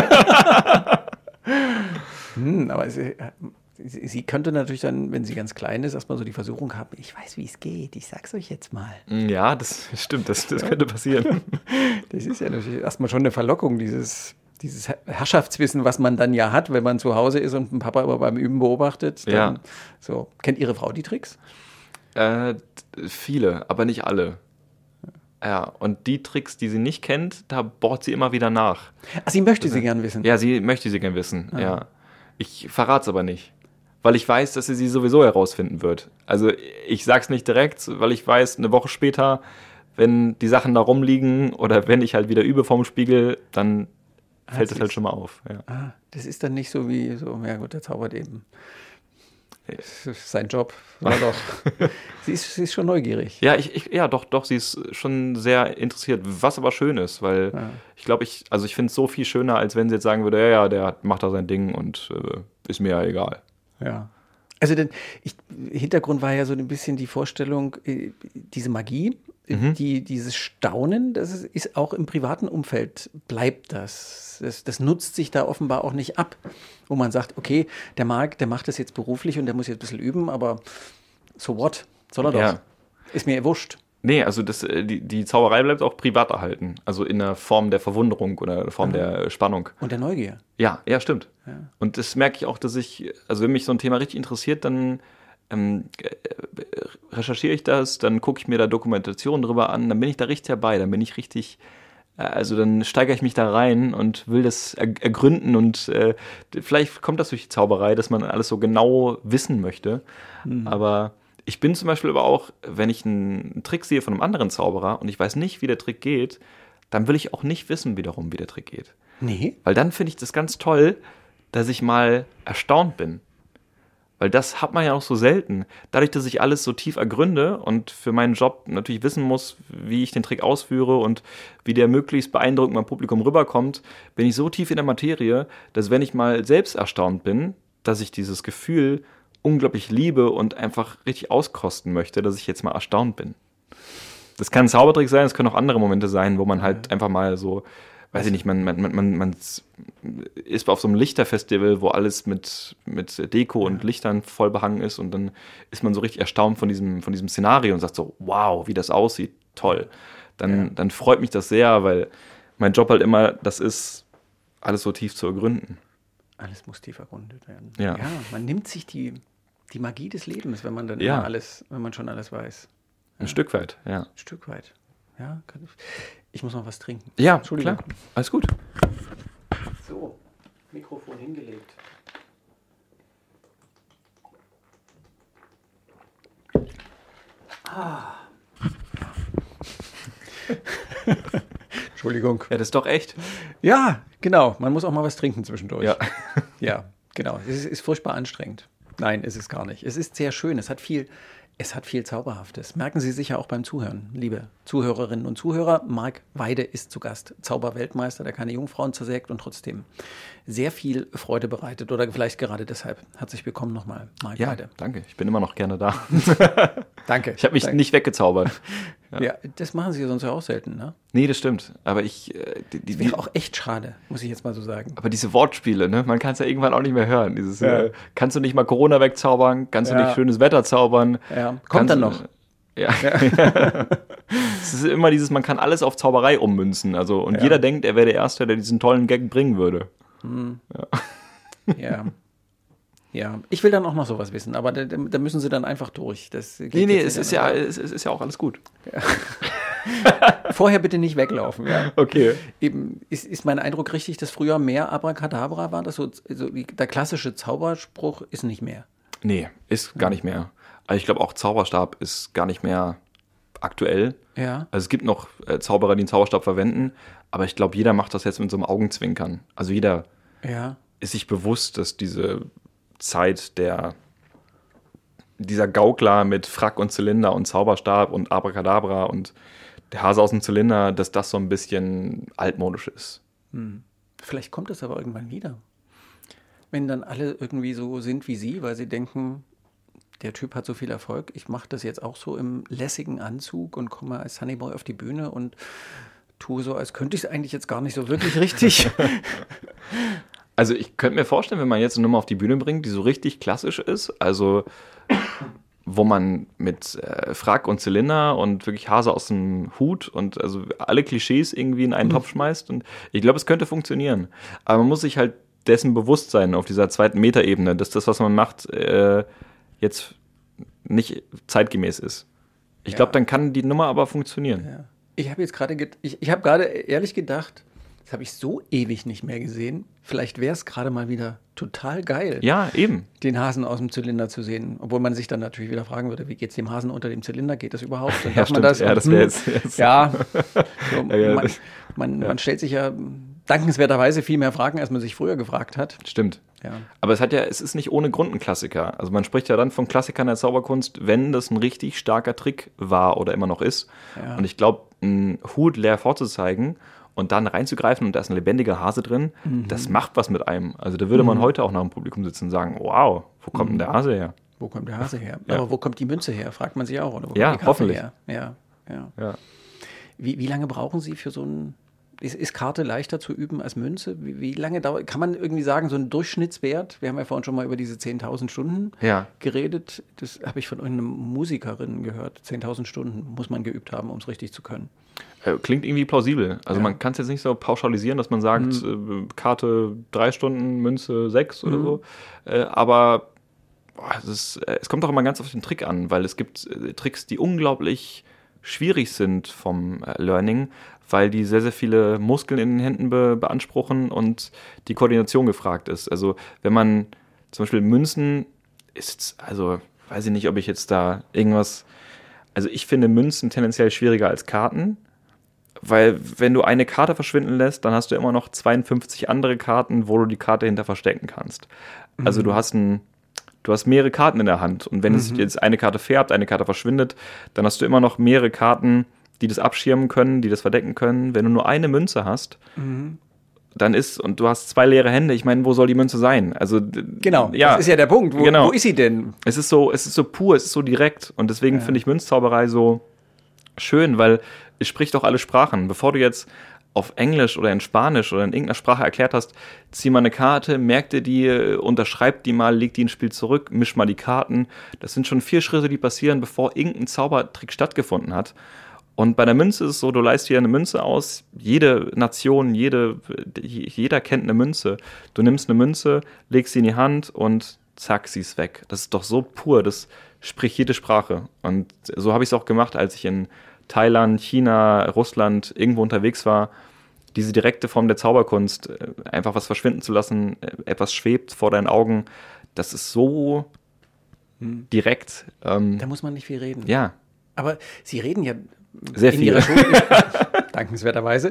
S3: Aber sie könnte natürlich dann, wenn sie ganz klein ist, erstmal so die Versuchung haben, ich weiß, wie es geht, ich sag's euch jetzt mal.
S2: Ja, das stimmt, das könnte passieren.
S3: Das ist ja natürlich erstmal schon eine Verlockung, dieses Herrschaftswissen, was man dann ja hat, wenn man zu Hause ist und den Papa immer beim Üben beobachtet. Dann, so. Kennt Ihre Frau die Tricks?
S2: Viele, aber nicht alle. Ja, und die Tricks, die sie nicht kennt, da bohrt sie immer wieder nach.
S3: Ach, sie möchte sie gern wissen?
S2: Ja, sie möchte sie gern wissen, ja. Ich verrate es aber nicht. Weil ich weiß, dass sie sowieso herausfinden wird. Also ich sag's nicht direkt, weil ich weiß, eine Woche später, wenn die Sachen da rumliegen oder wenn ich halt wieder übe vorm Spiegel, dann fällt das halt schon mal auf. Ja.
S3: Das ist dann nicht so wie so, ja gut, der zaubert eben. Das ist sein Job. War doch. Sie ist schon neugierig.
S2: Ja, doch, sie ist schon sehr interessiert, was aber schön ist, weil ich glaube, ich finde es so viel schöner, als wenn sie jetzt sagen würde, der macht da sein Ding und ist mir ja egal.
S3: Ja. Also Hintergrund war ja so ein bisschen die Vorstellung, diese Magie, dieses Staunen, das ist auch im privaten Umfeld, bleibt das. Das nutzt sich da offenbar auch nicht ab, wo man sagt, okay, der Marc, der macht das jetzt beruflich und der muss jetzt ein bisschen üben, aber so what? Soll er doch.
S2: Ja.
S3: Ist mir wurscht.
S2: Nee, also die Zauberei bleibt auch privat erhalten. Also in der Form der Verwunderung oder der Form der Spannung.
S3: Und der Neugier.
S2: Ja, stimmt. Ja. Und das merke ich auch, dass wenn mich so ein Thema richtig interessiert, dann recherchiere ich das, dann gucke ich mir da Dokumentationen drüber an, dann bin ich da richtig dabei, dann bin ich richtig, also dann steigere ich mich da rein und will das ergründen und vielleicht kommt das durch die Zauberei, dass man alles so genau wissen möchte, aber ich bin zum Beispiel aber auch, wenn ich einen Trick sehe von einem anderen Zauberer und ich weiß nicht, wie der Trick geht, dann will ich auch nicht wissen wiederum, wie der Trick geht.
S3: Nee.
S2: Weil dann finde ich das ganz toll, dass ich mal erstaunt bin. Weil das hat man ja auch so selten. Dadurch, dass ich alles so tief ergründe und für meinen Job natürlich wissen muss, wie ich den Trick ausführe und wie der möglichst beeindruckend beim Publikum rüberkommt, bin ich so tief in der Materie, dass wenn ich mal selbst erstaunt bin, dass ich dieses Gefühl unglaublich liebe und einfach richtig auskosten möchte, dass ich jetzt mal erstaunt bin. Das kann ein Zaubertrick sein, es können auch andere Momente sein, wo man halt einfach mal so, weiß ich nicht, man ist auf so einem Lichterfestival, wo alles mit Deko und Lichtern voll behangen ist und dann ist man so richtig erstaunt von diesem Szenario und sagt so, wow, wie das aussieht, toll. Dann freut mich das sehr, weil mein Job halt immer das ist, alles so tief zu ergründen.
S3: Alles muss tief ergründet werden.
S2: Ja.
S3: Man nimmt sich die Magie des Lebens, wenn man dann
S2: Ja.
S3: immer wenn man schon alles weiß.
S2: Ein Stück weit, ja.
S3: Ein Stück weit. Ja, ich muss noch was trinken.
S2: Ja,
S3: Entschuldigung.
S2: klar. Alles gut.
S3: So, Mikrofon hingelegt. Entschuldigung.
S2: Ja, das ist doch echt.
S3: Ja, genau. Man muss auch mal was trinken zwischendurch.
S2: Ja.
S3: Ja, genau. Es ist furchtbar anstrengend. Nein, ist es gar nicht. Es ist sehr schön. Es hat viel Zauberhaftes. Merken Sie sicher auch beim Zuhören, liebe Zuhörerinnen und Zuhörer. Mark Weide ist zu Gast. Zauberweltmeister, der keine Jungfrauen zersägt und trotzdem sehr viel Freude bereitet. Oder vielleicht gerade deshalb. Herzlich willkommen nochmal, Mark
S2: Ja,
S3: Weide.
S2: danke. Ich bin immer noch gerne da.
S3: Danke.
S2: Ich habe mich nicht weggezaubert.
S3: Ja, das machen Sie sonst ja auch selten, ne?
S2: Nee, das stimmt. Aber
S3: Das wäre auch echt schade, muss ich jetzt mal so sagen.
S2: aber diese Wortspiele, ne? Man kann es ja irgendwann auch nicht mehr hören. Kannst du nicht mal Corona wegzaubern? Kannst du
S3: Ja.
S2: nicht schönes Wetter zaubern?
S3: Ja, kommt
S2: Kannst
S3: dann
S2: du-
S3: noch.
S2: Ja. Es ist immer man kann alles auf Zauberei ummünzen. Also, und
S3: Ja.
S2: jeder denkt, er wäre der Erste, der diesen tollen Gag bringen würde.
S3: Ja. Ja, ich will dann auch noch sowas wissen, aber da müssen Sie dann einfach durch. Das geht
S2: Nee,
S3: jetzt
S2: es
S3: nicht
S2: ist ja auch alles gut.
S3: anders. Vorher bitte nicht weglaufen. Ja.
S2: Okay.
S3: Eben, ist mein Eindruck richtig, dass früher mehr Abracadabra war? Das so der klassische Zauberspruch ist nicht mehr.
S2: Nee, ist gar nicht mehr. Also ich glaube auch Zauberstab ist gar nicht mehr aktuell.
S3: Ja.
S2: Also es gibt noch Zauberer, die einen Zauberstab verwenden, aber ich glaube, jeder macht das jetzt mit so einem Augenzwinkern. Also jeder
S3: Ja.
S2: ist sich bewusst, dass diese Zeit dieser Gaukler mit Frack und Zylinder und Zauberstab und Abracadabra und der Hase aus dem Zylinder, dass das so ein bisschen altmodisch ist.
S3: Vielleicht kommt es aber irgendwann wieder. Wenn dann alle irgendwie so sind wie Sie, weil sie denken, der Typ hat so viel Erfolg, ich mache das jetzt auch so im lässigen Anzug und komme als Honeyboy auf die Bühne und tue so, als könnte ich es eigentlich jetzt gar nicht so wirklich richtig.
S2: Also ich könnte mir vorstellen, wenn man jetzt eine Nummer auf die Bühne bringt, die so richtig klassisch ist, also wo man mit Frack und Zylinder und wirklich Hase aus dem Hut und also alle Klischees irgendwie in einen Topf schmeißt und ich glaube, es könnte funktionieren. Aber man muss sich halt dessen bewusst sein auf dieser zweiten Metaebene, dass das, was man macht, jetzt nicht zeitgemäß ist. Ich glaube, dann kann die Nummer aber funktionieren.
S3: Ja. Ich habe jetzt ich habe gerade ehrlich gedacht, das habe ich so ewig nicht mehr gesehen. Vielleicht wäre es gerade mal wieder total geil,
S2: Ja, eben.
S3: den Hasen aus dem Zylinder zu sehen. Obwohl man sich dann natürlich wieder fragen würde, wie geht es dem Hasen unter dem Zylinder? Geht das überhaupt? Und
S2: Ja,
S3: darf man
S2: stimmt.
S3: das?
S2: Ja,
S3: Und,
S2: das wäre jetzt.
S3: Ja, so,
S2: Ja,
S3: man stellt sich ja dankenswerterweise viel mehr Fragen, als man sich früher gefragt hat.
S2: Stimmt.
S3: Ja.
S2: Aber es ist nicht ohne Grund ein Klassiker. Also man spricht ja dann von Klassikern der Zauberkunst, wenn das ein richtig starker Trick war oder immer noch ist.
S3: Ja.
S2: Und ich glaube, einen Hut leer vorzuzeigen und dann reinzugreifen und da ist ein lebendiger Hase drin, das macht was mit einem. Also da würde man heute auch nach dem Publikum sitzen und sagen, wow, wo kommt denn der Hase her?
S3: Wo kommt der Hase her?
S2: Ja.
S3: Aber wo kommt die Münze her? Fragt man sich auch. Oder wo
S2: Ja,
S3: kommt die Karte
S2: hoffentlich.
S3: her? Ja.
S2: Ja.
S3: Wie lange brauchen Sie für so ein... Ist Karte leichter zu üben als Münze? Wie lange dauert... Kann man irgendwie sagen, so ein Durchschnittswert? Wir haben ja vorhin schon mal über diese 10.000 Stunden
S2: Ja.
S3: geredet. Das habe ich von irgendeiner Musikerin gehört. 10.000 Stunden muss man geübt haben, um es richtig zu können.
S2: Klingt irgendwie plausibel. Also
S3: Ja.
S2: man kann es jetzt nicht so pauschalisieren, dass man sagt, Karte 3 Stunden, Münze 6 oder so. Aber es kommt auch immer ganz auf den Trick an, weil es gibt Tricks, die unglaublich schwierig sind vom Learning, weil die sehr, sehr viele Muskeln in den Händen beanspruchen und die Koordination gefragt ist. Also wenn man zum Beispiel Münzen also weiß ich nicht, ob ich jetzt da irgendwas, also ich finde Münzen tendenziell schwieriger als Karten, weil wenn du eine Karte verschwinden lässt, dann hast du immer noch 52 andere Karten, wo du die Karte hinter verstecken kannst. Also du hast mehrere Karten in der Hand und wenn es jetzt eine Karte färbt, eine Karte verschwindet, dann hast du immer noch mehrere Karten, die das abschirmen können, die das verdecken können. Wenn du nur eine Münze hast, dann und du hast 2 leere Hände, ich meine, wo soll die Münze sein? Also
S3: genau, das ist ja der Punkt. Wo ist sie denn?
S2: Es ist so pur, es ist so direkt und deswegen finde ich Münzzauberei so schön, weil es spricht auch alle Sprachen. Bevor du jetzt auf Englisch oder in Spanisch oder in irgendeiner Sprache erklärt hast, zieh mal eine Karte, merk dir die, unterschreib die mal, leg die ins Spiel zurück, misch mal die Karten. Das sind schon 4 Schritte, die passieren, bevor irgendein Zaubertrick stattgefunden hat. Und bei der Münze ist es so, du leihst dir eine Münze aus, jede Nation, jeder kennt eine Münze. Du nimmst eine Münze, legst sie in die Hand und zack, sie ist weg. Das ist doch so pur, das spricht jede Sprache. Und so habe ich es auch gemacht, als ich in Thailand, China, Russland irgendwo unterwegs war. Diese direkte Form der Zauberkunst, einfach was verschwinden zu lassen, etwas schwebt vor deinen Augen, das ist so direkt.
S3: Da muss man nicht viel reden.
S2: Ja.
S3: Aber Sie reden ja
S2: sehr viel.
S3: In Ihrer Show, dankenswerterweise,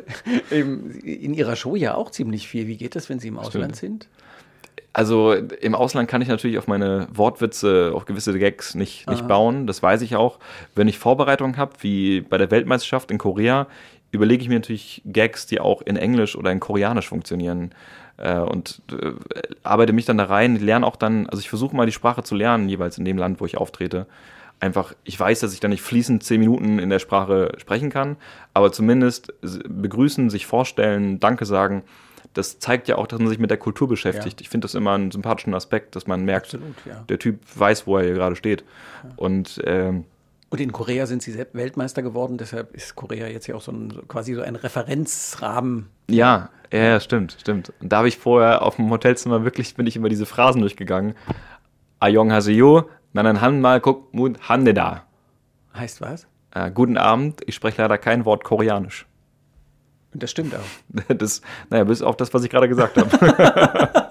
S3: in Ihrer Show ja auch ziemlich viel. Wie geht das, wenn Sie im Ausland sind?
S2: Also im Ausland kann ich natürlich auf meine Wortwitze, auf gewisse Gags nicht bauen, das weiß ich auch. Wenn ich Vorbereitungen habe, wie bei der Weltmeisterschaft in Korea, überlege ich mir natürlich Gags, die auch in Englisch oder in Koreanisch funktionieren und arbeite mich dann da rein, lerne auch dann, also ich versuche mal die Sprache zu lernen, jeweils in dem Land, wo ich auftrete. Einfach, ich weiß, dass ich dann nicht fließend 10 Minuten in der Sprache sprechen kann, aber zumindest begrüßen, sich vorstellen, Danke sagen, das zeigt ja auch, dass man sich mit der Kultur beschäftigt. Ja. Ich finde das immer einen sympathischen Aspekt, dass man merkt, der Typ weiß, wo er hier gerade steht. Ja. Und
S3: in Korea sind Sie selbst Weltmeister geworden, deshalb ist Korea jetzt ja auch quasi so ein Referenzrahmen.
S2: Ja, stimmt. Und da habe ich vorher auf dem Hotelzimmer bin ich immer diese Phrasen durchgegangen. Annyeonghaseyo, nanan han mal guck mut hande da.
S3: Heißt was?
S2: Guten Abend, ich spreche leider kein Wort Koreanisch.
S3: Und das stimmt auch.
S2: Bis auf das, was ich gerade gesagt habe.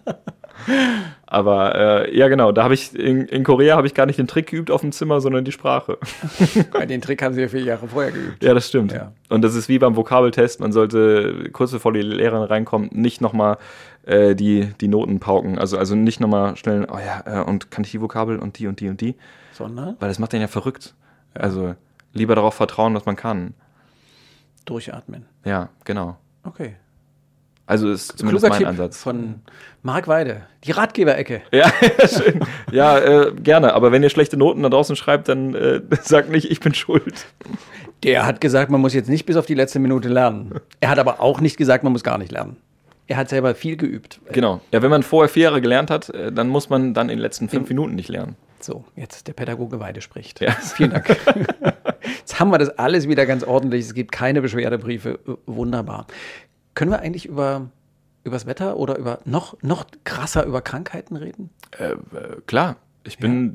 S2: Aber ja genau, da habe ich in Korea habe ich gar nicht den Trick geübt auf dem Zimmer, sondern die Sprache.
S3: Den Trick haben Sie ja 4 Jahre vorher geübt.
S2: Ja, das stimmt. Ja. Und das ist wie beim Vokabeltest, man sollte kurz bevor die Lehrerin reinkommt, nicht nochmal die Noten pauken. Also nicht nochmal schnell, und kann ich die Vokabel und die und die und die.
S3: Sondern?
S2: Weil das macht den ja verrückt. Ja. Also lieber darauf vertrauen, was man kann.
S3: Durchatmen.
S2: Ja, genau.
S3: Okay.
S2: Also ist zumindest mein
S3: Tipp
S2: Ansatz.
S3: Von Mark Weide, die Ratgeberecke.
S2: Ja, schön. Ja, gerne. Aber wenn ihr schlechte Noten da draußen schreibt, dann sagt nicht, ich bin schuld.
S3: Der hat gesagt, man muss jetzt nicht bis auf die letzte Minute lernen. Er hat aber auch nicht gesagt, man muss gar nicht lernen. Er hat selber viel geübt.
S2: Genau. Ja, wenn man vorher 4 Jahre gelernt hat, dann muss man dann in den letzten 5 Minuten nicht lernen.
S3: So, jetzt der Pädagoge Weide spricht.
S2: Ja.
S3: Vielen Dank. Jetzt haben wir das alles wieder ganz ordentlich. Es gibt keine Beschwerdebriefe. Wunderbar. Können wir eigentlich übers Wetter oder über noch krasser über Krankheiten reden?
S2: Klar. Ich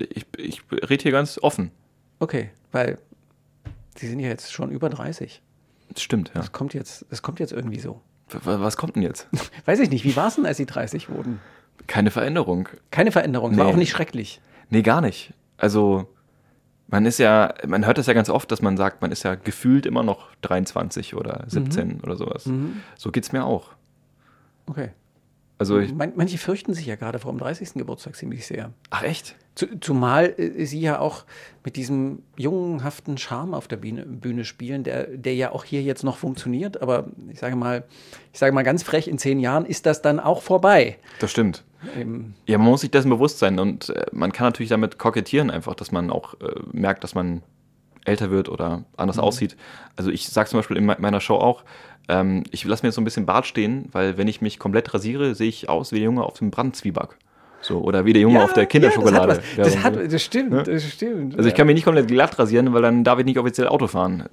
S2: rede hier ganz offen.
S3: Okay, weil Sie sind ja jetzt schon über 30.
S2: Das stimmt, ja.
S3: Das kommt jetzt irgendwie so.
S2: Was kommt denn jetzt?
S3: Weiß ich nicht. Wie war es denn, als Sie 30 wurden?
S2: Keine Veränderung.
S3: Keine Veränderung. War auch nicht schrecklich.
S2: Nee, gar nicht. Also man hört das ja ganz oft, dass man sagt, man ist ja gefühlt immer noch 23 oder 17 oder sowas. So geht's mir auch.
S3: Okay.
S2: Also
S3: manche fürchten sich ja gerade vor dem 30. Geburtstag ziemlich sehr.
S2: Ach echt?
S3: Zumal Sie ja auch mit diesem jungenhaften Charme auf der Bühne spielen, der ja auch hier jetzt noch funktioniert. Aber ich sage mal ganz frech, in 10 Jahren ist das dann auch vorbei.
S2: Das stimmt. Ja, man muss sich dessen bewusst sein und man kann natürlich damit kokettieren einfach, dass man auch merkt, dass man älter wird oder anders aussieht. Also ich sage zum Beispiel in meiner Show auch, ich lasse mir jetzt so ein bisschen Bart stehen, weil wenn ich mich komplett rasiere, sehe ich aus wie der Junge auf dem Brandzwieback. So, oder wie der Junge auf der Kinderschokolade.
S3: Das stimmt.
S2: Also ich kann mich nicht komplett glatt rasieren, weil dann darf ich nicht offiziell Auto fahren.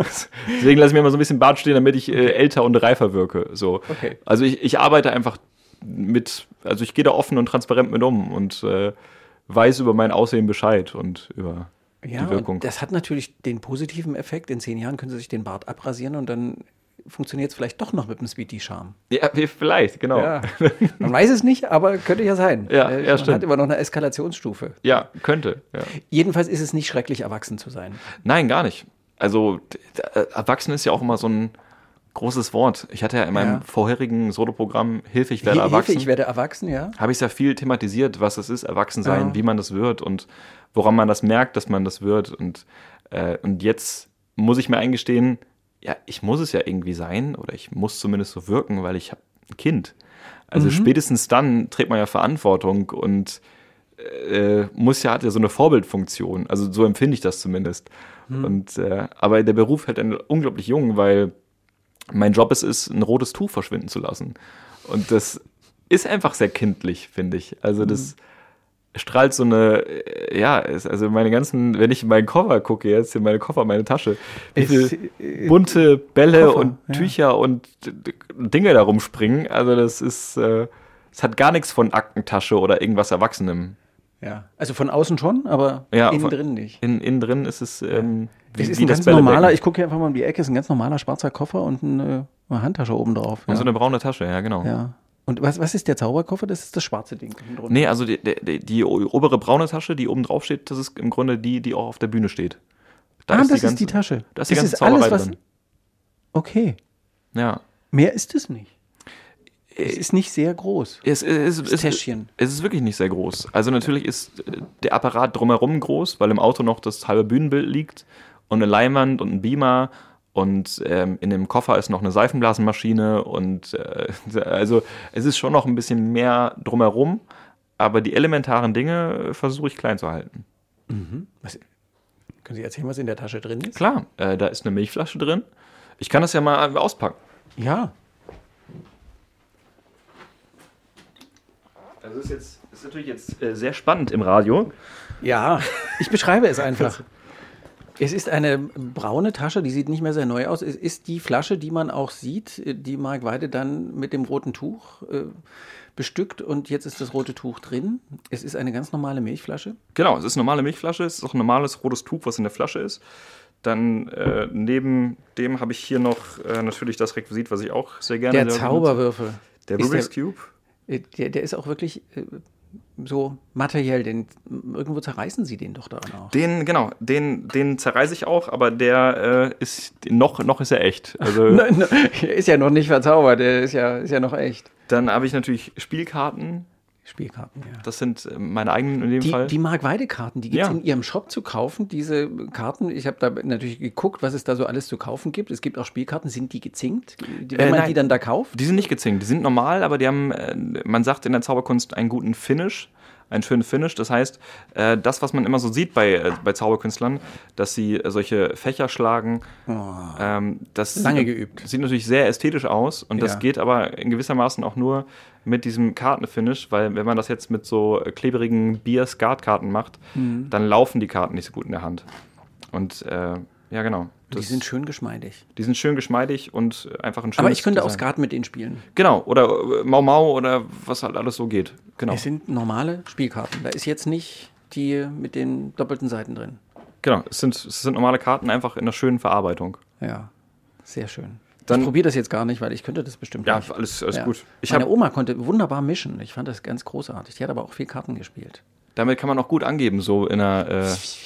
S2: Deswegen lasse ich mir immer so ein bisschen Bart stehen, damit ich älter und reifer wirke. So.
S3: Okay.
S2: Also ich arbeite einfach also ich gehe da offen und transparent mit um und weiß über mein Aussehen Bescheid und über die Wirkung.
S3: Und das hat natürlich den positiven Effekt. In 10 Jahren können Sie sich den Bart abrasieren und dann funktioniert es vielleicht doch noch mit dem Sweetie-Charme.
S2: Ja, vielleicht, genau.
S3: Ja. Man weiß es nicht, aber könnte ja sein.
S2: Ja,
S3: Man
S2: stimmt.
S3: hat immer noch eine Eskalationsstufe.
S2: Ja, könnte. Ja.
S3: Jedenfalls ist es nicht schrecklich, erwachsen zu sein.
S2: Nein, gar nicht. Also Erwachsen ist ja auch immer so ein großes Wort. Ich hatte ja in meinem vorherigen Soloprogramm Hilfe, ich werde erwachsen.
S3: Hilfe, ich werde erwachsen, ja.
S2: Habe ich sehr viel thematisiert, was es ist, erwachsen sein, wie man das wird und woran man das merkt, dass man das wird. Und jetzt muss ich mir eingestehen, ja, ich muss es ja irgendwie sein oder ich muss zumindest so wirken, weil ich habe ein Kind. Also spätestens dann trägt man ja Verantwortung und hat ja so eine Vorbildfunktion. Also so empfinde ich das zumindest. Und aber der Beruf hält einen unglaublich jung, weil mein Job ist, ein rotes Tuch verschwinden zu lassen. Und das ist einfach sehr kindlich, finde ich. Also das strahlt so eine, also meine ganzen, wenn ich in meinen Koffer gucke, jetzt in meine Koffer, meine Tasche, wie viele bunte Bälle
S3: Koffer,
S2: und Tücher und Dinge da rumspringen. Also das ist, es hat gar nichts von Aktentasche oder irgendwas Erwachsenem.
S3: Ja, also von außen schon, aber innen drin nicht.
S2: Innen drin ist es
S3: Es ist ein ganz normaler, ich gucke hier einfach mal um die Ecke, ist ein ganz normaler schwarzer Koffer und eine Handtasche oben drauf.
S2: Ja. So eine braune Tasche, ja, genau.
S3: Ja. Und was ist der Zauberkoffer? Das ist das schwarze Ding.
S2: Nee, also die obere braune Tasche, die oben drauf steht, das ist im Grunde die auch auf der Bühne steht.
S3: Das ist die Tasche.
S2: Da ist die ganze Zauberei
S3: alles,
S2: drin.
S3: Okay.
S2: Ja.
S3: Mehr ist es nicht. Es ist nicht sehr groß.
S2: Das Täschchen. Es ist wirklich nicht sehr groß. Also natürlich ist der Apparat drumherum groß, weil im Auto noch das halbe Bühnenbild liegt und eine Leinwand und ein Beamer und in dem Koffer ist noch eine Seifenblasenmaschine und also es ist schon noch ein bisschen mehr drumherum, aber die elementaren Dinge versuche ich klein zu halten.
S3: Mhm. Können Sie erzählen, was in der Tasche drin ist?
S2: Klar, da ist eine Milchflasche drin. Ich kann das ja mal auspacken.
S3: Ja.
S2: Also ist natürlich jetzt sehr spannend im Radio.
S3: Ja, ich beschreibe es einfach. Es ist eine braune Tasche, die sieht nicht mehr sehr neu aus. Es ist die Flasche, die man auch sieht, die Mark Weide dann mit dem roten Tuch bestückt und jetzt ist das rote Tuch drin. Es ist eine ganz normale Milchflasche.
S2: Genau, es ist eine normale Milchflasche, es ist auch ein normales rotes Tuch, was in der Flasche ist. Dann neben dem habe ich hier noch natürlich das Requisit, was ich auch sehr gerne
S3: Der Zauberwürfel.
S2: Der Rubik's Cube.
S3: Der ist auch wirklich so materiell, irgendwo zerreißen Sie den doch daran auch.
S2: Den zerreiße ich auch, aber der ist noch ist er echt. Also
S3: Nein, er ist ja noch nicht verzaubert, der ist ja noch echt.
S2: Dann habe ich natürlich Spielkarten.
S3: Spielkarten, ja.
S2: Das sind meine eigenen in dem Fall.
S3: Die Mark-Weide-Karten, die gibt es in Ihrem Shop zu kaufen, diese Karten. Ich habe da natürlich geguckt, was es da so alles zu kaufen gibt. Es gibt auch Spielkarten, sind die gezinkt, wenn man die dann da kauft?
S2: Die sind nicht gezinkt, die sind normal, aber die haben, man sagt in der Zauberkunst, einen guten Finish. Einen schönen Finish. Das heißt, das, was man immer so sieht bei Zauberkünstlern, dass sie solche Fächer schlagen, das
S3: lange geübt.
S2: Sieht natürlich sehr ästhetisch aus und das geht aber in gewissermaßen auch nur mit diesem Kartenfinish, weil wenn man das jetzt mit so klebrigen Bier-Skat-Karten macht, dann laufen die Karten nicht so gut in der Hand. Und ja, genau.
S3: Die sind schön geschmeidig.
S2: Die sind schön geschmeidig und einfach ein schönes
S3: Aber ich könnte
S2: Design.
S3: auch Skat mit denen spielen.
S2: Genau, oder Mau Mau oder was halt alles so geht. Genau.
S3: Es sind normale Spielkarten. Da ist jetzt nicht die mit den doppelten Seiten drin.
S2: Genau, es sind normale Karten, einfach in einer schönen Verarbeitung.
S3: Ja, sehr schön.
S2: Dann,
S3: ich probiere das jetzt gar nicht, weil ich könnte das bestimmt nicht.
S2: Ja, alles gut.
S3: Meine Oma konnte wunderbar mischen. Ich fand das ganz großartig. Die hat aber auch viel Karten gespielt.
S2: Damit kann man auch gut angeben, so in einer...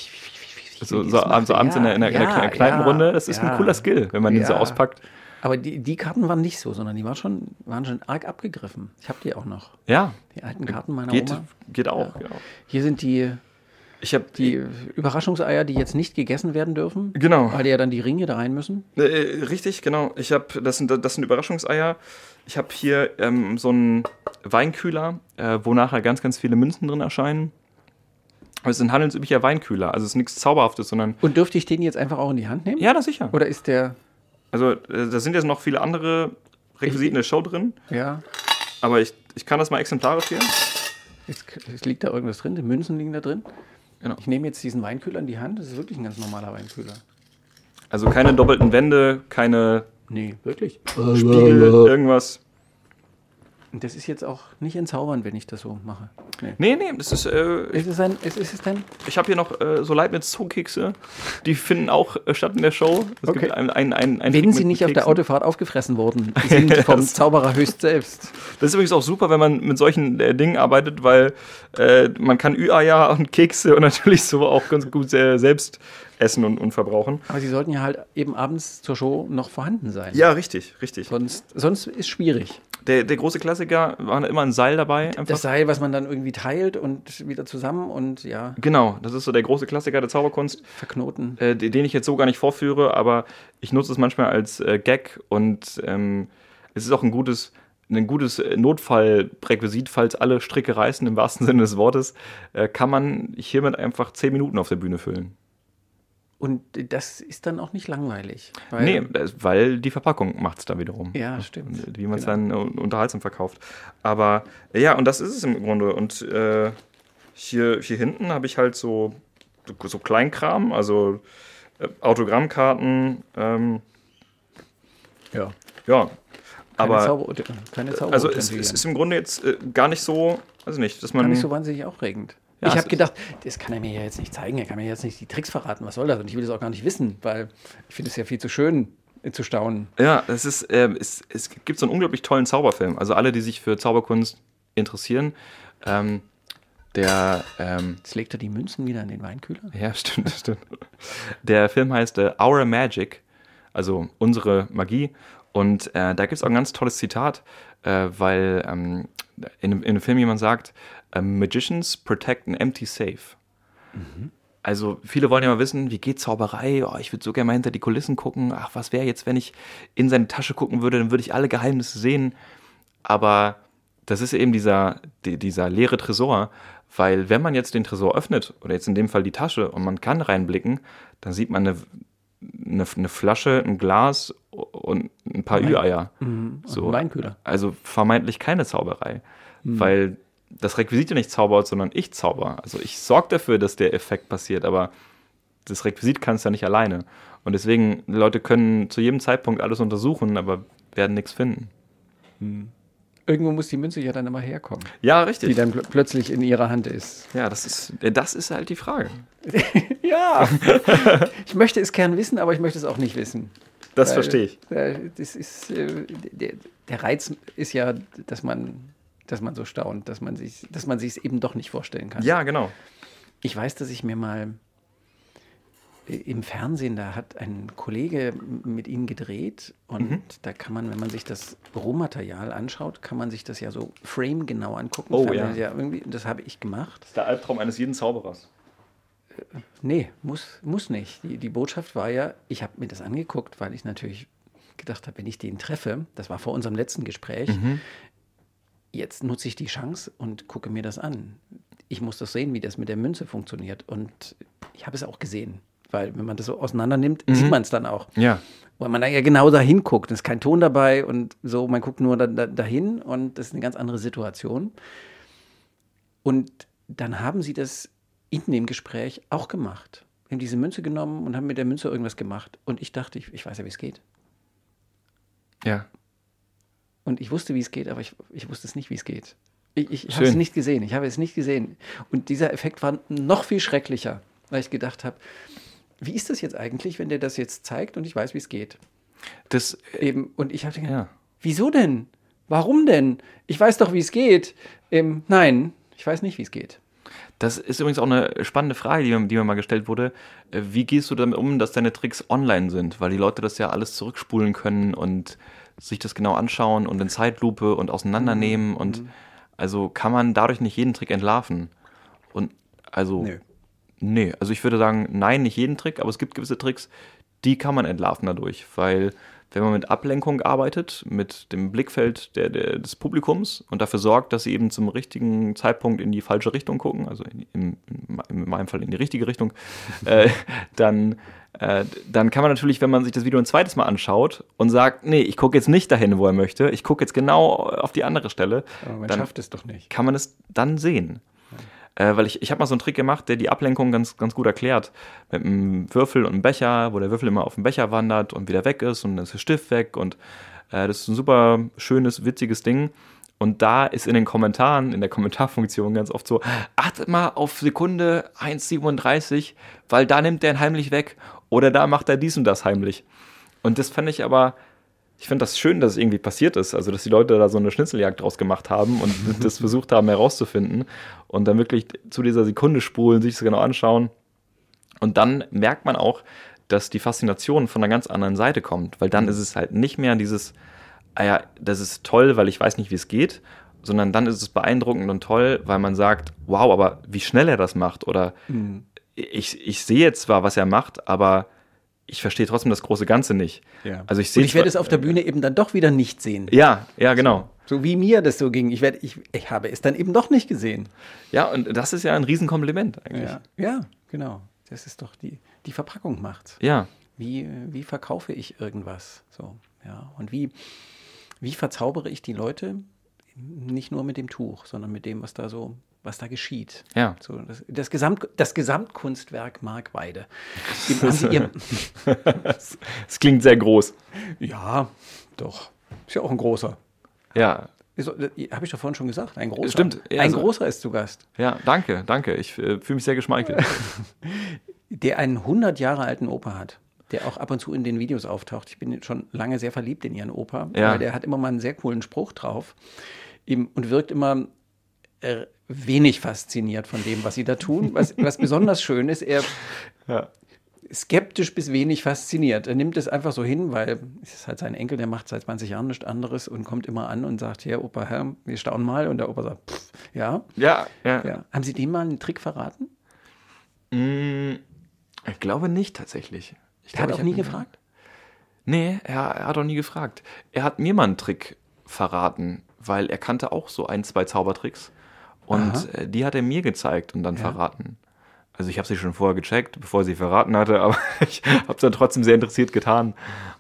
S2: abends in einer Kneipenrunde. Das ist ein cooler Skill, wenn man den so auspackt.
S3: Aber die Karten waren nicht so, sondern die waren schon arg abgegriffen. Ich habe die auch noch.
S2: Ja.
S3: Die alten Karten meiner Oma.
S2: Geht auch. Ja.
S3: Hier sind die Überraschungseier, die jetzt nicht gegessen werden dürfen.
S2: Genau.
S3: Weil die ja dann die Ringe da rein müssen.
S2: Richtig, genau. Das sind Überraschungseier. Ich habe hier so einen Weinkühler, wo nachher ganz, ganz viele Münzen drin erscheinen. Aber es ist ein handelsüblicher Weinkühler, also es ist nichts Zauberhaftes, sondern...
S3: Und dürfte ich den jetzt einfach auch in die Hand nehmen?
S2: Ja, das sicher.
S3: Oder ist der...
S2: Also da sind jetzt noch viele andere Requisiten in der Show drin.
S3: Ja.
S2: Aber ich kann das mal exemplarisch hier.
S3: Jetzt liegt da irgendwas drin, die Münzen liegen da drin.
S2: Genau.
S3: Ich nehme jetzt diesen Weinkühler in die Hand, das ist wirklich ein ganz normaler Weinkühler.
S2: Also keine doppelten Wände, keine...
S3: Nee, wirklich?
S2: Spiegel, irgendwas.
S3: Und das ist jetzt auch nicht entzaubernd, wenn ich das so mache.
S2: Nee, das ist.
S3: Ist es denn?
S2: Ich habe hier noch so Leibniz-Zugkekse. Die finden auch statt in der Show. Es
S3: Okay.
S2: gibt ein
S3: Wenn
S2: Trick
S3: sie
S2: mit
S3: nicht auf der
S2: Keksen.
S3: Autofahrt aufgefressen wurden, die sind vom Zauberer höchst selbst.
S2: Das ist übrigens auch super, wenn man mit solchen Dingen arbeitet, weil man kann Ü-Eier und Kekse und natürlich so auch ganz gut selbst essen und verbrauchen.
S3: Aber sie sollten ja halt eben abends zur Show noch vorhanden sein.
S2: Ja, richtig.
S3: Sonst ist schwierig.
S2: Der große Klassiker war immer ein Seil dabei. Einfach.
S3: Das Seil, was man dann irgendwie teilt und wieder zusammen und ja,
S2: Genau, das ist so der große Klassiker der Zauberkunst,
S3: verknoten.
S2: den ich jetzt so gar nicht vorführe, aber ich nutze es manchmal als Gag und es ist auch ein gutes Notfallrequisit, falls alle Stricke reißen, im wahrsten Sinne des Wortes, kann man hiermit einfach 10 Minuten auf der Bühne füllen.
S3: Und das ist dann auch nicht langweilig.
S2: Weil die Verpackung macht es da wiederum.
S3: Ja, stimmt.
S2: Wie man es dann unterhaltsam verkauft. Aber ja, und das ist es im Grunde. Und hier hinten habe ich halt so Kleinkram, also Autogrammkarten.
S3: Ja.
S2: Ja, aber
S3: Keine Zauber
S2: also es ist im Grunde jetzt gar nicht so, also nicht, dass man...
S3: gar nicht so wahnsinnig aufregend.
S2: Ja,
S3: ich
S2: es
S3: habe gedacht, das kann er mir ja jetzt nicht zeigen, er kann mir jetzt nicht die Tricks verraten, was soll das? Und ich will das auch gar nicht wissen, weil ich finde es ja viel zu schön zu staunen.
S2: Ja, es gibt so einen unglaublich tollen Zauberfilm. Also alle, die sich für Zauberkunst interessieren,
S3: Jetzt legt er die Münzen wieder in den Weinkühler.
S2: Ja, stimmt. Der Film heißt Our Magic, also unsere Magie. Und da gibt es auch ein ganz tolles Zitat, weil in dem Film jemand sagt, Magicians protect an empty safe.
S3: Mhm.
S2: Also viele wollen ja mal wissen, wie geht Zauberei? Oh, ich würde so gerne mal hinter die Kulissen gucken. Ach, was wäre jetzt, wenn ich in seine Tasche gucken würde, dann würde ich alle Geheimnisse sehen. Aber das ist eben dieser leere Tresor, weil wenn man jetzt den Tresor öffnet, oder jetzt in dem Fall die Tasche, und man kann reinblicken, dann sieht man eine Flasche, ein Glas und ein paar Ü-Eier.
S3: So. Ein Weinkühler.
S2: Also vermeintlich keine Zauberei, weil das Requisit ja nicht zaubert, sondern ich zauber. Also ich sorge dafür, dass der Effekt passiert, aber das Requisit kann es ja nicht alleine. Und deswegen, Leute können zu jedem Zeitpunkt alles untersuchen, aber werden nichts finden.
S3: Irgendwo muss die Münze ja dann immer herkommen,
S2: Ja, richtig.
S3: die dann plötzlich in ihrer Hand ist.
S2: Ja, das ist halt die Frage.
S3: Ja, ich möchte es gern wissen, aber ich möchte es auch nicht wissen.
S2: Das verstehe ich.
S3: Das ist, der Reiz ist ja, dass man so staunt, dass man sich eben doch nicht vorstellen kann.
S2: Ja, genau.
S3: Ich weiß, dass ich mir mal im Fernsehen, da hat ein Kollege mit ihnen gedreht und da kann man, wenn man sich das Rohmaterial anschaut, kann man sich das ja so framegenau angucken.
S2: Oh, ja.
S3: Irgendwie, das habe ich gemacht.
S2: Das ist der Albtraum eines jeden Zauberers.
S3: Nee, muss nicht. Die Botschaft war ja, ich habe mir das angeguckt, weil ich natürlich gedacht habe, wenn ich den treffe, das war vor unserem letzten Gespräch, jetzt nutze ich die Chance und gucke mir das an. Ich muss das sehen, wie das mit der Münze funktioniert. Und ich habe es auch gesehen. Weil wenn man das so auseinander nimmt, sieht man es dann auch.
S2: Ja.
S3: Weil man da ja genau dahin guckt. Es ist kein Ton dabei und so, man guckt nur dahin und das ist eine ganz andere Situation. Und dann haben sie das in dem Gespräch auch gemacht. Wir haben diese Münze genommen und haben mit der Münze irgendwas gemacht. Und ich dachte, ich weiß ja, wie es geht.
S2: Ja.
S3: Und ich wusste, wie es geht, aber ich wusste es nicht, wie es geht. Ich habe es nicht gesehen. Ich habe es nicht gesehen. Und dieser Effekt war noch viel schrecklicher, weil ich gedacht habe, wie ist das jetzt eigentlich, wenn der das jetzt zeigt und ich weiß, wie es geht? Und ich habe gedacht, wieso denn? Warum denn? Ich weiß doch, wie es geht. Nein, ich weiß nicht, wie es geht.
S2: Das ist übrigens auch eine spannende Frage, die mir mal gestellt wurde. Wie gehst du damit um, dass deine Tricks online sind? Weil die Leute das ja alles zurückspulen können und sich das genau anschauen und in Zeitlupe und auseinandernehmen. Und also kann man dadurch nicht jeden Trick entlarven. Und also... Nee, also ich würde sagen, nein, nicht jeden Trick, aber es gibt gewisse Tricks, die kann man entlarven dadurch, weil wenn man mit Ablenkung arbeitet, mit dem Blickfeld des Publikums und dafür sorgt, dass sie eben zum richtigen Zeitpunkt in die falsche Richtung gucken, also in meinem Fall in die richtige Richtung, dann kann man natürlich, wenn man sich das Video ein zweites Mal anschaut und sagt, nee, ich gucke jetzt nicht dahin, wo er möchte, ich gucke jetzt genau auf die andere Stelle,
S3: aber man
S2: dann
S3: schafft es doch nicht.
S2: Kann man es dann sehen. Weil ich habe mal so einen Trick gemacht, der die Ablenkung ganz, ganz gut erklärt. Mit einem Würfel und einem Becher, wo der Würfel immer auf den Becher wandert und wieder weg ist und dann ist der Stift weg und das ist ein super schönes, witziges Ding. Und da ist in den Kommentaren, in der Kommentarfunktion ganz oft so, achtet mal auf Sekunde 1,37, weil da nimmt der ihn heimlich weg oder da macht er dies und das heimlich. Und das fand ich aber, ich finde das schön, dass es irgendwie passiert ist, also dass die Leute da so eine Schnitzeljagd draus gemacht haben und das versucht haben herauszufinden und dann wirklich zu dieser Sekunde spulen, sich das genau anschauen. Und dann merkt man auch, dass die Faszination von einer ganz anderen Seite kommt, weil dann ist es halt nicht mehr dieses, ja, das ist toll, weil ich weiß nicht, wie es geht, sondern dann ist es beeindruckend und toll, weil man sagt, wow, aber wie schnell er das macht oder ich sehe zwar, was er macht, aber ich verstehe trotzdem das große Ganze nicht.
S3: Ja.
S2: Also ich
S3: werde es auf der Bühne eben dann doch wieder nicht sehen.
S2: Ja, genau.
S3: So wie mir das so ging. Ich habe es dann eben doch nicht gesehen.
S2: Ja, und das ist ja ein Riesenkompliment eigentlich.
S3: Ja, genau. Das ist doch die Verpackung macht's.
S2: Ja.
S3: Wie verkaufe ich irgendwas? So, ja. Und wie verzaubere ich die Leute? Nicht nur mit dem Tuch, sondern mit dem, was da geschieht.
S2: Ja.
S3: So, das Gesamtkunstwerk Mark Weide.
S2: Es klingt sehr groß.
S3: Ja, doch. Ist ja auch ein großer.
S2: Ja.
S3: Habe ich doch vorhin schon gesagt, ein großer.
S2: Stimmt. Ja,
S3: ein großer ist zu Gast.
S2: Ja, danke. Ich fühle mich sehr geschmeichelt.
S3: Der einen 100 Jahre alten Opa hat, der auch ab und zu in den Videos auftaucht. Ich bin schon lange sehr verliebt in ihren Opa, weil der hat immer mal einen sehr coolen Spruch drauf und wirkt immer wenig fasziniert von dem, was sie da tun. Was besonders schön ist, er skeptisch bis wenig fasziniert. Er nimmt es einfach so hin, weil es ist halt sein Enkel, der macht seit 20 Jahren nichts anderes und kommt immer an und sagt, ja, Opa, Herr, wir staunen mal. Und der Opa sagt, pff, ja.
S2: Ja.
S3: Haben Sie dem mal einen Trick verraten?
S2: Ich glaube nicht tatsächlich.
S3: Er hat auch nie gefragt?
S2: Nee, er hat auch nie gefragt. Er hat mir mal einen Trick verraten, weil er kannte auch so 1, 2 Zaubertricks. Und die hat er mir gezeigt und dann verraten. Also ich habe sie schon vorher gecheckt, bevor sie verraten hatte, aber ich habe es dann trotzdem sehr interessiert getan.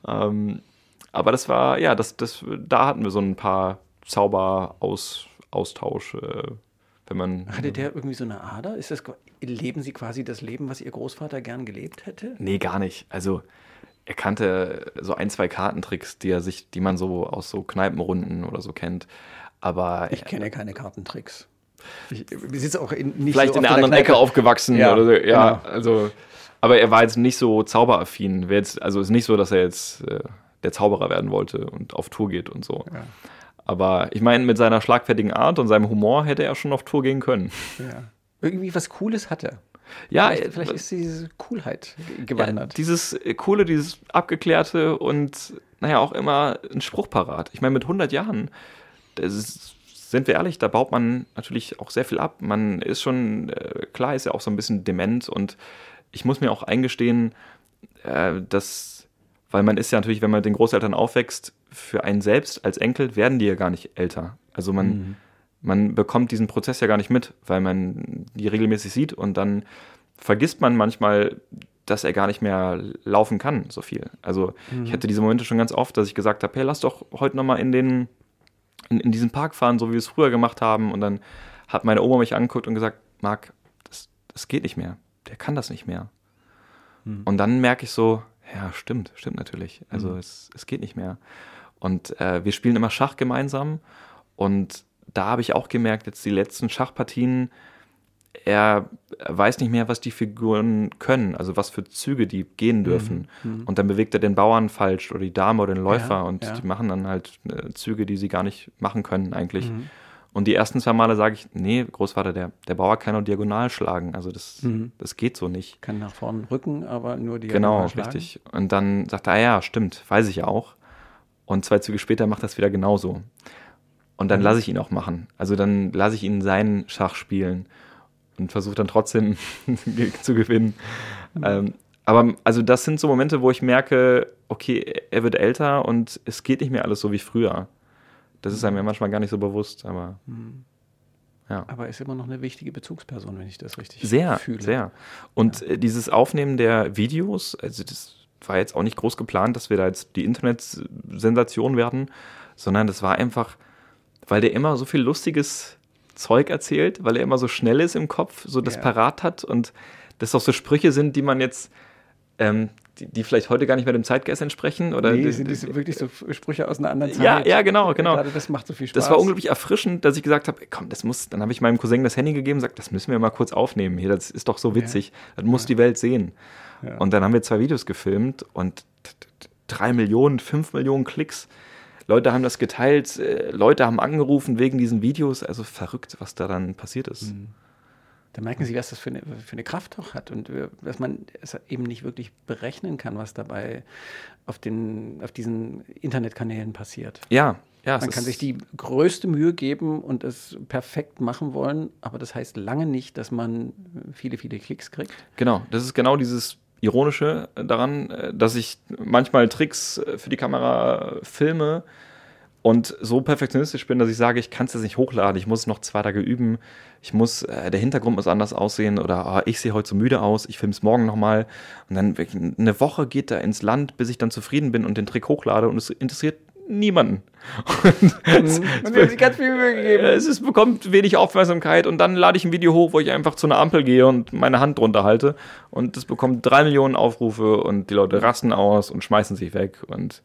S2: Aber das war, ja, da hatten wir so ein paar Zauberaustausch.
S3: Hatte der irgendwie so eine Ader? Leben Sie quasi das Leben, was Ihr Großvater gern gelebt hätte?
S2: Nee, gar nicht. Also er kannte so 1, 2 Kartentricks, die man so aus so Kneipenrunden oder so kennt. Aber
S3: ich kenne keine Kartentricks. Ich sitze auch nicht
S2: vielleicht
S3: so
S2: in der anderen Ecke aufgewachsen oder so. Ja, genau. Also, aber er war jetzt nicht so zauberaffin. Also ist nicht so, dass er jetzt der Zauberer werden wollte und auf Tour geht und so. Ja. Aber ich meine, mit seiner schlagfertigen Art und seinem Humor hätte er schon auf Tour gehen können.
S3: Ja. Irgendwie was Cooles hat er.
S2: Ja,
S3: vielleicht ist diese Coolheit gewandert.
S2: Ja, dieses Coole, dieses Abgeklärte und naja, auch immer ein Spruch parat. Ich meine, mit 100 Jahren, sind wir ehrlich, da baut man natürlich auch sehr viel ab. Man ist schon, klar ist ja auch so ein bisschen dement und ich muss mir auch eingestehen, dass, weil man ist ja natürlich, wenn man mit den Großeltern aufwächst, für einen selbst als Enkel werden die ja gar nicht älter. Also man bekommt diesen Prozess ja gar nicht mit, weil man die regelmäßig sieht und dann vergisst man manchmal, dass er gar nicht mehr laufen kann, so viel. Also ich hatte diese Momente schon ganz oft, dass ich gesagt habe, hey, lass doch heute nochmal in diesen Park fahren, so wie wir es früher gemacht haben. Und dann hat meine Oma mich angeguckt und gesagt, Marc, das geht nicht mehr. Der kann das nicht mehr. Und dann merke ich so, ja, stimmt natürlich. Also es geht nicht mehr. Und wir spielen immer Schach gemeinsam. Und da habe ich auch gemerkt, jetzt die letzten Schachpartien, er weiß nicht mehr, was die Figuren können, also was für Züge die gehen dürfen. Und dann bewegt er den Bauern falsch oder die Dame oder den Läufer und die machen dann halt Züge, die sie gar nicht machen können eigentlich. Und die ersten 2 Male sage ich, nee, Großvater, der Bauer kann nur diagonal schlagen, also das geht so nicht.
S3: Kann nach vorn rücken, aber nur diagonal schlagen.
S2: Genau, richtig. Und dann sagt er, ja, stimmt, weiß ich auch. Und 2 Züge später macht er es wieder genauso. Und dann lasse ich ihn auch machen. Also dann lasse ich ihn seinen Schach spielen und versuche dann trotzdem zu gewinnen. Aber also das sind so Momente, wo ich merke, okay, er wird älter und es geht nicht mehr alles so wie früher. Das ist einem ja manchmal gar nicht so bewusst, aber ja.
S3: Aber er ist immer noch eine wichtige Bezugsperson, wenn ich das richtig fühle.
S2: Sehr. Und dieses Aufnehmen der Videos, also das war jetzt auch nicht groß geplant, dass wir da jetzt die Internet-Sensation werden, sondern das war einfach, weil der immer so viel lustiges Zeug erzählt, weil er immer so schnell ist im Kopf, so das parat hat und das auch so Sprüche sind, die man jetzt, die vielleicht heute gar nicht mehr dem Zeitgeist entsprechen. Oder
S3: sind das wirklich so Sprüche aus einer anderen Zeit?
S2: Ja, genau.
S3: Gerade das macht so viel Spaß.
S2: Das war unglaublich erfrischend, dass ich gesagt habe, komm, dann habe ich meinem Cousin das Handy gegeben und gesagt, das müssen wir mal kurz aufnehmen. Hier, das ist doch so witzig. Das muss die Welt sehen. Ja. Und dann haben wir 2 Videos gefilmt und 3 Millionen, 5 Millionen Klicks. Leute haben das geteilt, Leute haben angerufen wegen diesen Videos. Also verrückt, was da dann passiert ist.
S3: Da merken Sie, was das für eine Kraft auch hat und dass man es eben nicht wirklich berechnen kann, was dabei auf diesen Internetkanälen passiert.
S2: Ja.
S3: Man kann sich die größte Mühe geben und es perfekt machen wollen, aber das heißt lange nicht, dass man viele, viele Klicks kriegt.
S2: Genau, das ist genau dieses Ironische daran, dass ich manchmal Tricks für die Kamera filme und so perfektionistisch bin, dass ich sage, ich kann es jetzt nicht hochladen, ich muss es noch 2 Tage üben, der Hintergrund muss anders aussehen oder ich sehe heute so müde aus, ich filme es morgen nochmal und dann eine Woche geht da ins Land, bis ich dann zufrieden bin und den Trick hochlade und es interessiert niemanden. Und
S3: wir haben sich ganz viel Mühe gegeben.
S2: Es bekommt wenig Aufmerksamkeit und dann lade ich ein Video hoch, wo ich einfach zu einer Ampel gehe und meine Hand drunter halte und das bekommt 3 Millionen Aufrufe und die Leute rasten aus und schmeißen sich weg und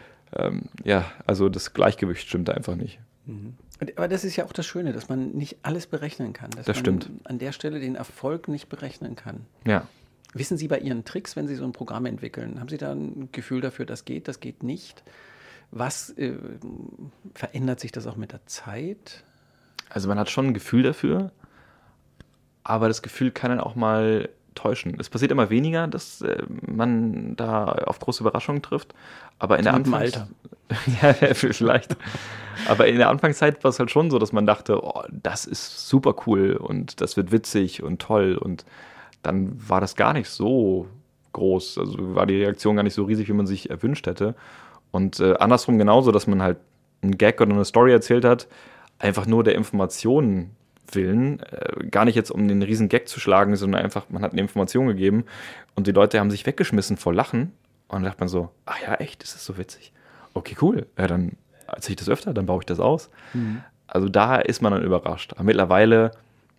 S2: also das Gleichgewicht stimmt einfach nicht.
S3: Aber das ist ja auch das Schöne, dass man nicht alles berechnen kann. Dass
S2: das stimmt.
S3: Man an der Stelle den Erfolg nicht berechnen kann.
S2: Ja.
S3: Wissen Sie bei Ihren Tricks, wenn Sie so ein Programm entwickeln, haben Sie da ein Gefühl dafür, das geht nicht? Was verändert sich das auch mit der Zeit?
S2: Also man hat schon ein Gefühl dafür, aber das Gefühl kann dann auch mal täuschen. Es passiert immer weniger, dass man da auf große Überraschungen trifft, aber in der
S3: Alter.
S2: Ja, vielleicht. Aber in der Anfangszeit war es halt schon so, dass man dachte, oh, das ist super cool und das wird witzig und toll und dann war das gar nicht so groß, also war die Reaktion gar nicht so riesig, wie man sich erwünscht hätte. Und andersrum genauso, dass man halt einen Gag oder eine Story erzählt hat, einfach nur der Informationen willen, gar nicht jetzt um den riesen Gag zu schlagen, sondern einfach, man hat eine Information gegeben und die Leute haben sich weggeschmissen vor Lachen und dann dachte man so, ach ja, echt, das ist so witzig. Okay, cool, ja, dann erzähle ich das öfter, dann baue ich das aus. Also da ist man dann überrascht. Aber mittlerweile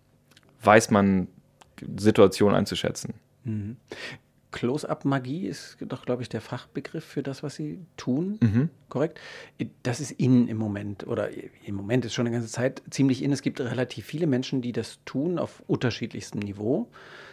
S2: weiß man, Situationen einzuschätzen.
S3: Close-up-Magie ist doch, glaube ich, der Fachbegriff für das, was Sie tun, korrekt? Das ist in im Moment, oder im Moment ist schon eine ganze Zeit ziemlich in. Es gibt relativ viele Menschen, die das tun, auf unterschiedlichstem Niveau.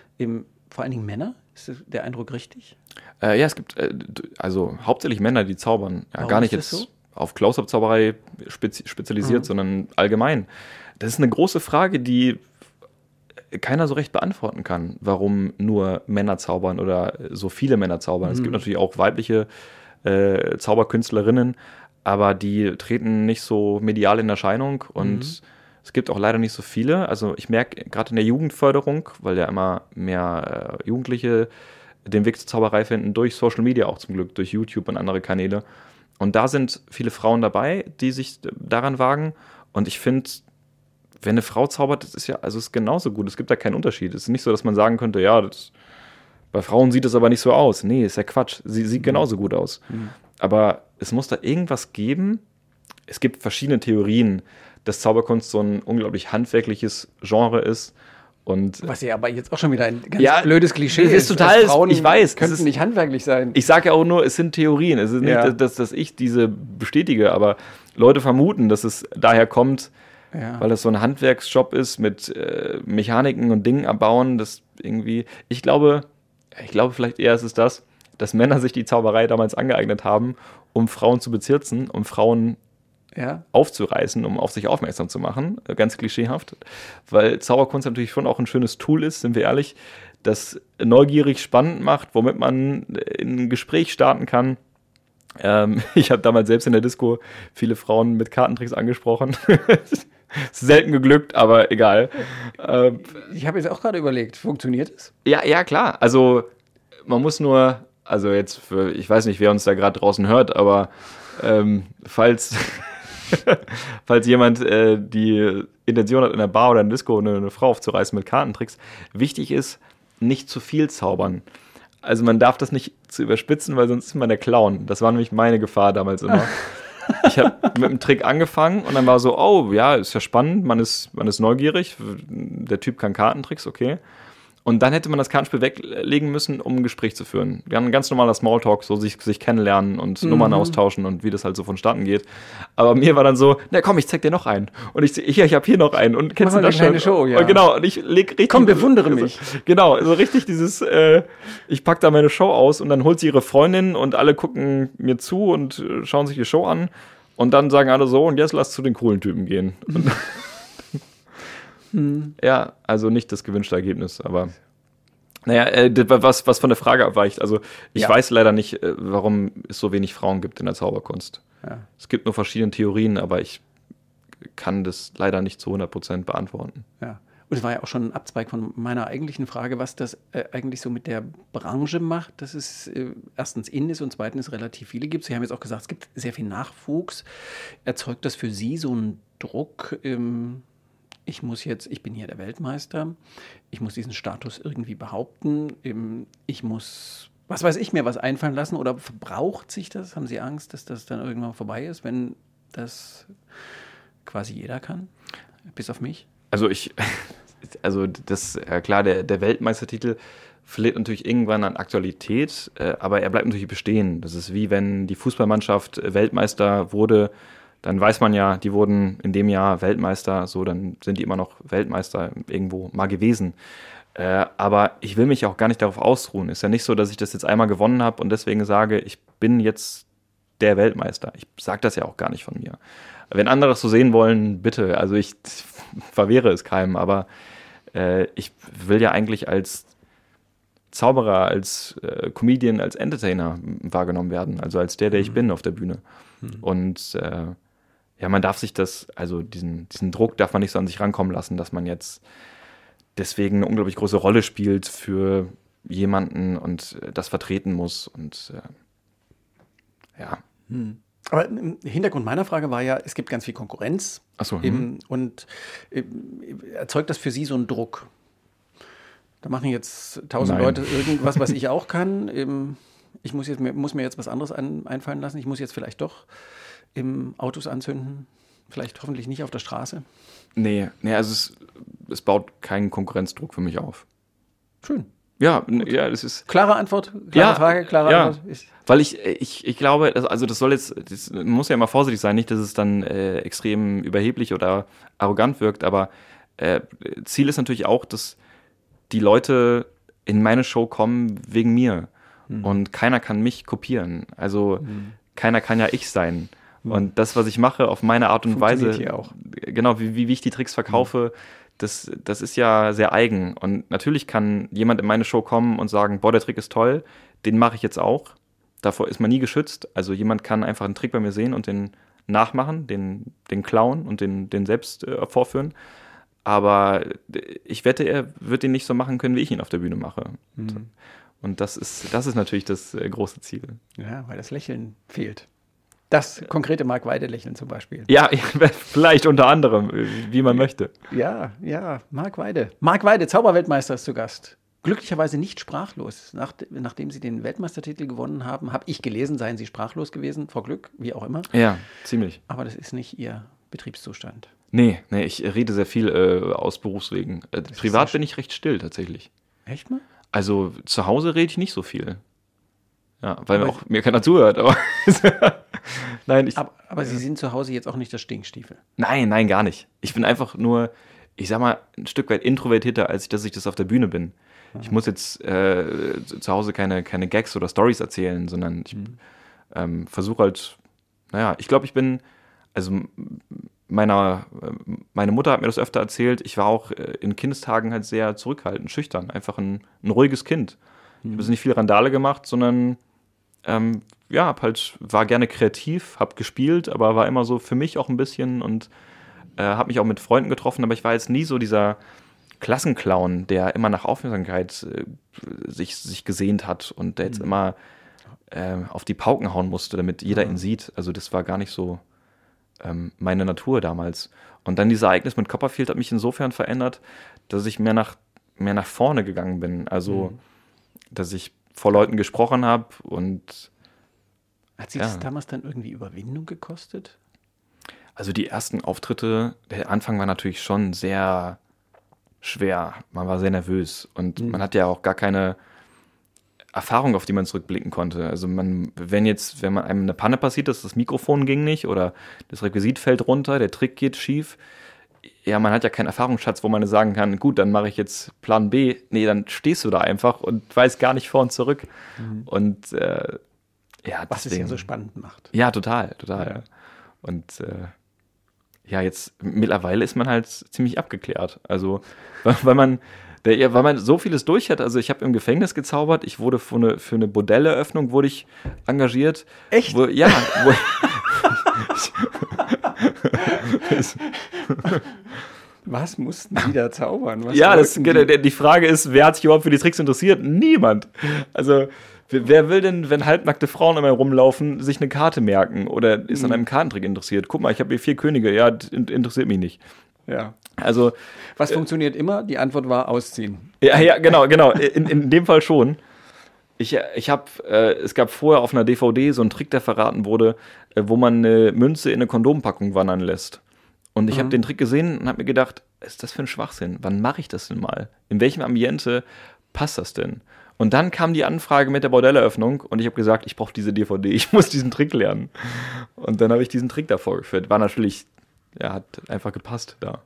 S3: Vor allen Dingen Männer, ist der Eindruck richtig?
S2: Ja, es gibt also hauptsächlich Männer, die zaubern. Ja,
S3: Warum
S2: gar nicht
S3: ist das
S2: jetzt
S3: so?
S2: auf Close-up-Zauberei spezialisiert, sondern allgemein. Das ist eine große Frage, die keiner so recht beantworten kann, warum nur Männer zaubern oder so viele Männer zaubern. Es gibt natürlich auch weibliche Zauberkünstlerinnen, aber die treten nicht so medial in Erscheinung und es gibt auch leider nicht so viele. Also ich merke gerade in der Jugendförderung, weil ja immer mehr Jugendliche den Weg zur Zauberei finden, durch Social Media auch zum Glück, durch YouTube und andere Kanäle. Und da sind viele Frauen dabei, die sich daran wagen. Und ich finde, wenn eine Frau zaubert, das ist ja, also ist genauso gut. Es gibt da keinen Unterschied. Es ist nicht so, dass man sagen könnte, ja, bei Frauen sieht es aber nicht so aus. Nee, ist ja Quatsch. Sie sieht genauso gut aus. Aber es muss da irgendwas geben. Es gibt verschiedene Theorien, dass Zauberkunst so ein unglaublich handwerkliches Genre ist. Und
S3: was ja aber jetzt auch schon wieder ein ganz blödes Klischee ist.
S2: Es ist total,
S3: Frauen
S2: ich weiß.
S3: Könnten nicht handwerklich sein.
S2: Ich sage ja auch nur, es sind Theorien. Es ist nicht, dass ich diese bestätige, aber Leute vermuten, dass es daher kommt, weil das so ein Handwerksjob ist mit Mechaniken und Dingen abbauen. Das irgendwie, ich glaube, vielleicht eher ist es das, dass Männer sich die Zauberei damals angeeignet haben, um Frauen zu bezirzen, um Frauen aufzureißen, um auf sich aufmerksam zu machen, ganz klischeehaft, weil Zauberkunst natürlich schon auch ein schönes Tool ist, sind wir ehrlich, das neugierig spannend macht, womit man in ein Gespräch starten kann. Ich habe damals selbst in der Disco viele Frauen mit Kartentricks angesprochen. Selten geglückt, aber egal.
S3: Ich habe jetzt auch gerade überlegt, funktioniert es?
S2: Ja, klar. Also man muss nur, also jetzt ich weiß nicht, wer uns da gerade draußen hört, aber falls jemand die Intention hat, in der Bar oder in der Disco eine Frau aufzureißen mit Kartentricks, wichtig ist, nicht zu viel zaubern. Also man darf das nicht zu überspitzen, weil sonst ist man der Clown. Das war nämlich meine Gefahr damals immer. Ich habe mit dem Trick angefangen und dann war so, oh ja, ist ja spannend, man ist neugierig, der Typ kann Kartentricks, okay. Und dann hätte man das Kartenspiel weglegen müssen, um ein Gespräch zu führen. Ein ganz normaler Smalltalk, so sich kennenlernen und Nummern austauschen und wie das halt so vonstatten geht. Aber mir war dann so, na komm, ich zeig dir noch einen. Und ich habe hier noch einen. Und kennst du das schon?
S3: Show, ja.
S2: Und genau, und ich leg richtig...
S3: Komm, bewundere mich.
S2: Genau, so richtig dieses, ich pack da meine Show aus und dann holt sie ihre Freundin und alle gucken mir zu und schauen sich die Show an. Und dann sagen alle so, und jetzt lass zu den coolen Typen gehen. Ja, also nicht das gewünschte Ergebnis, aber naja, was von der Frage abweicht. Also ich weiß leider nicht, warum es so wenig Frauen gibt in der Zauberkunst.
S3: Ja.
S2: Es gibt nur verschiedene Theorien, aber ich kann das leider nicht zu 100% beantworten.
S3: Ja. Und es war ja auch schon ein Abzweig von meiner eigentlichen Frage, was das eigentlich so mit der Branche macht, dass es erstens in ist und zweitens relativ viele gibt. Sie haben jetzt auch gesagt, es gibt sehr viel Nachwuchs. Erzeugt das für Sie so einen Druck? Ich bin hier der Weltmeister, ich muss diesen Status irgendwie behaupten, ich muss, was weiß ich, mir was einfallen lassen oder verbraucht sich das? Haben Sie Angst, dass das dann irgendwann vorbei ist, wenn das quasi jeder kann, bis auf mich?
S2: Klar, der Weltmeistertitel verliert natürlich irgendwann an Aktualität, aber er bleibt natürlich bestehen. Das ist wie wenn die Fußballmannschaft Weltmeister wurde, dann weiß man ja, die wurden in dem Jahr Weltmeister, so, dann sind die immer noch Weltmeister irgendwo mal gewesen. Aber ich will mich auch gar nicht darauf ausruhen. Ist ja nicht so, dass ich das jetzt einmal gewonnen habe und deswegen sage, ich bin jetzt der Weltmeister. Ich sage das ja auch gar nicht von mir. Wenn andere es so sehen wollen, bitte. Also ich verwehre es keinem, aber ich will ja eigentlich als Zauberer, als Comedian, als Entertainer wahrgenommen werden. Also als der ich bin auf der Bühne. Und man darf sich diesen Druck darf man nicht so an sich rankommen lassen, dass man jetzt deswegen eine unglaublich große Rolle spielt für jemanden und das vertreten muss. Und ja.
S3: Aber Hintergrund meiner Frage war ja, es gibt ganz viel Konkurrenz.
S2: Ach so,
S3: und erzeugt das für Sie so einen Druck? Da machen jetzt 1000 Leute irgendwas, was ich auch kann. Ich muss mir jetzt was anderes einfallen lassen. Ich muss jetzt vielleicht doch Autos anzünden. Vielleicht hoffentlich nicht auf der Straße.
S2: Nee, also es baut keinen Konkurrenzdruck für mich auf.
S3: Schön.
S2: Ja, das ist...
S3: Klare Antwort, klare Antwort.
S2: Weil ich glaube, das muss ja immer vorsichtig sein, nicht, dass es dann extrem überheblich oder arrogant wirkt, aber Ziel ist natürlich auch, dass die Leute in meine Show kommen wegen mir. Und keiner kann mich kopieren. Also keiner kann ja ich sein. Und das, was ich mache, auf meine Art und Weise,
S3: hier auch.
S2: Genau, wie ich die Tricks verkaufe, das ist ja sehr eigen. Und natürlich kann jemand in meine Show kommen und sagen, boah, der Trick ist toll, den mache ich jetzt auch. Davor ist man nie geschützt. Also jemand kann einfach einen Trick bei mir sehen und den nachmachen, den klauen und den selbst vorführen. Aber ich wette, er wird den nicht so machen können, wie ich ihn auf der Bühne mache. Und das ist natürlich das große Ziel.
S3: Ja, weil das Lächeln fehlt. Das konkrete Mark Weide-Lächeln zum Beispiel.
S2: Ja, vielleicht unter anderem, wie man möchte.
S3: Ja, Mark Weide. Mark Weide, Zauberweltmeister, ist zu Gast. Glücklicherweise nicht sprachlos. Nachdem Sie den Weltmeistertitel gewonnen haben, habe ich gelesen, seien Sie sprachlos gewesen, vor Glück, wie auch immer.
S2: Ja, ziemlich.
S3: Aber das ist nicht Ihr Betriebszustand.
S2: Nee, ich rede sehr viel aus Berufswegen. Privat bin ich recht still tatsächlich.
S3: Echt mal?
S2: Also zu Hause rede ich nicht so viel. Ja, weil auch mir keiner zuhört. Aber nein,
S3: aber Sie sind zu Hause jetzt auch nicht der Stinkstiefel.
S2: Nein, gar nicht. Ich bin einfach nur, ich sag mal, ein Stück weit introvertierter, als dass ich das auf der Bühne bin. Ich muss jetzt zu Hause keine Gags oder Storys erzählen, sondern ich versuche halt, ich glaube, ich bin, also meine Mutter hat mir das öfter erzählt, ich war auch in Kindestagen halt sehr zurückhaltend, schüchtern, einfach ein ruhiges Kind. Ich habe nicht viel Randale gemacht, sondern war gerne kreativ, habe gespielt, aber war immer so für mich auch ein bisschen und habe mich auch mit Freunden getroffen, aber ich war jetzt nie so dieser Klassenclown, der immer nach Aufmerksamkeit sich gesehnt hat und der jetzt immer auf die Pauken hauen musste, damit jeder ihn sieht. Also das war gar nicht so meine Natur damals. Und dann dieses Ereignis mit Copperfield hat mich insofern verändert, dass ich mehr nach vorne gegangen bin. Also, dass ich vor Leuten gesprochen habe und
S3: hat Sie das damals dann irgendwie Überwindung gekostet?
S2: Also die ersten Auftritte, der Anfang war natürlich schon sehr schwer, man war sehr nervös und man hat ja auch gar keine Erfahrung, auf die man zurückblicken konnte. Also wenn man einem eine Panne passiert ist, das Mikrofon ging nicht oder das Requisit fällt runter, der Trick geht schief, ja, man hat ja keinen Erfahrungsschatz, wo man sagen kann, gut, dann mache ich jetzt Plan B. Nee, dann stehst du da einfach und weißt gar nicht vor und zurück. Und
S3: was es ja so spannend macht.
S2: Ja, total. Ja. Und jetzt mittlerweile ist man halt ziemlich abgeklärt. Also, weil man so vieles durch hat. Also ich habe im Gefängnis gezaubert, ich wurde für eine Bordelleröffnung wurde ich engagiert.
S3: Echt? Was mussten die da zaubern?
S2: Die Frage ist, wer hat sich überhaupt für die Tricks interessiert? Niemand. Also wer will denn, wenn halbnackte Frauen immer rumlaufen, sich eine Karte merken oder ist an einem Kartentrick interessiert? Guck mal, ich habe hier 4 Könige, ja, interessiert mich nicht.
S3: Ja.
S2: Also
S3: was funktioniert immer? Die Antwort war ausziehen.
S2: Ja, genau. In dem Fall schon. Es gab vorher auf einer DVD so einen Trick, der verraten wurde, wo man eine Münze in eine Kondompackung wandern lässt. Und ich habe den Trick gesehen und habe mir gedacht, was ist das für ein Schwachsinn? Wann mache ich das denn mal? In welchem Ambiente passt das denn? Und dann kam die Anfrage mit der Bordelleröffnung und ich habe gesagt, ich brauche diese DVD, ich muss diesen Trick lernen. Und dann habe ich diesen Trick da vorgeführt. War natürlich, hat einfach gepasst da.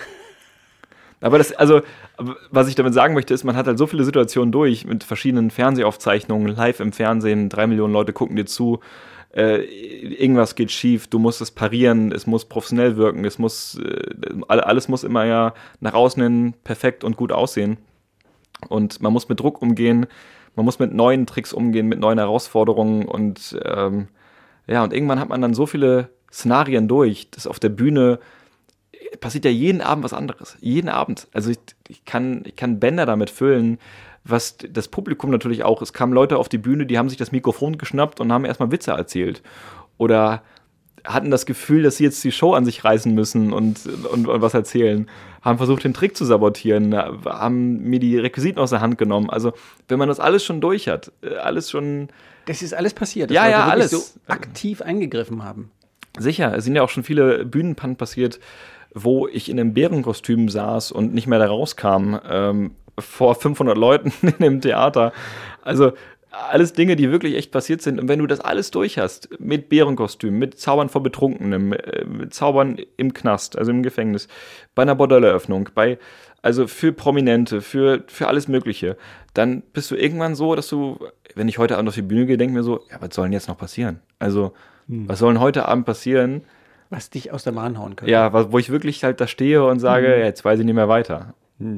S2: Aber was ich damit sagen möchte, ist, man hat halt so viele Situationen durch mit verschiedenen Fernsehaufzeichnungen, live im Fernsehen, 3 Millionen Leute gucken dir zu, irgendwas geht schief, du musst es parieren, es muss professionell wirken, alles muss immer ja nach außen hin perfekt und gut aussehen. Und man muss mit Druck umgehen, man muss mit neuen Tricks umgehen, mit neuen Herausforderungen und und irgendwann hat man dann so viele Szenarien durch, dass auf der Bühne passiert ja jeden Abend was anderes. Jeden Abend. Also ich kann Bänder damit füllen, was das Publikum natürlich auch. Es kamen Leute auf die Bühne, die haben sich das Mikrofon geschnappt und haben erstmal Witze erzählt. Oder hatten das Gefühl, dass sie jetzt die Show an sich reißen müssen und was erzählen. Haben versucht, den Trick zu sabotieren, haben mir die Requisiten aus der Hand genommen. Also, wenn man das alles schon durch hat, alles schon...
S3: Das ist alles passiert,
S2: dass Leute
S3: alles so aktiv eingegriffen haben.
S2: Sicher, es sind ja auch schon viele Bühnenpannen passiert, wo ich in einem Bärenkostüm saß und nicht mehr da rauskam, vor 500 Leuten in dem Theater. Also alles Dinge, die wirklich echt passiert sind. Und wenn du das alles durch hast, mit Bärenkostüm, mit Zaubern vor Betrunkenem, mit Zaubern im Knast, also im Gefängnis, bei einer Bordelleröffnung, also für Prominente, für alles Mögliche, dann bist du irgendwann so, dass du, wenn ich heute Abend auf die Bühne gehe, denke mir so, ja, was soll denn jetzt noch passieren? Also, was soll denn heute Abend passieren?
S3: Was dich aus der Bahn hauen könnte.
S2: Ja, wo ich wirklich halt da stehe und sage, ja, jetzt weiß ich nicht mehr weiter.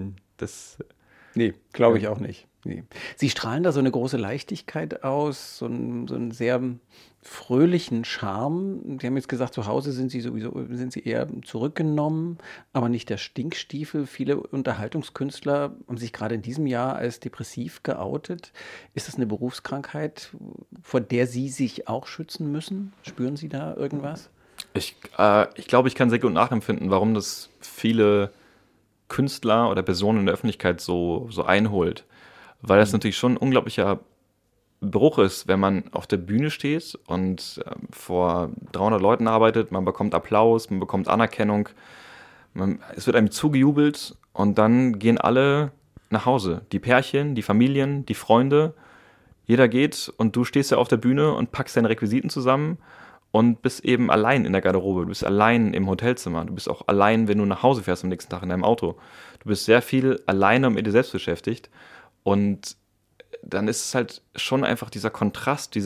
S3: Nee, glaube ich auch nicht. Nee. Sie strahlen da so eine große Leichtigkeit aus, so einen sehr fröhlichen Charme. Sie haben jetzt gesagt, zu Hause sind Sie eher zurückgenommen, aber nicht der Stinkstiefel. Viele Unterhaltungskünstler haben sich gerade in diesem Jahr als depressiv geoutet. Ist das eine Berufskrankheit, vor der Sie sich auch schützen müssen? Spüren Sie da irgendwas?
S2: Ich glaube, ich kann sehr gut nachempfinden, warum das viele Künstler oder Personen in der Öffentlichkeit so einholt. Weil das natürlich schon ein unglaublicher Bruch ist, wenn man auf der Bühne steht und vor 300 Leuten arbeitet, man bekommt Applaus, man bekommt Anerkennung, es wird einem zugejubelt und dann gehen alle nach Hause. Die Pärchen, die Familien, die Freunde, jeder geht und du stehst ja auf der Bühne und packst deine Requisiten zusammen und bist eben allein in der Garderobe, du bist allein im Hotelzimmer, du bist auch allein, wenn du nach Hause fährst am nächsten Tag in deinem Auto. Du bist sehr viel alleine und mit dir selbst beschäftigt und dann ist es halt schon einfach dieser Kontrast,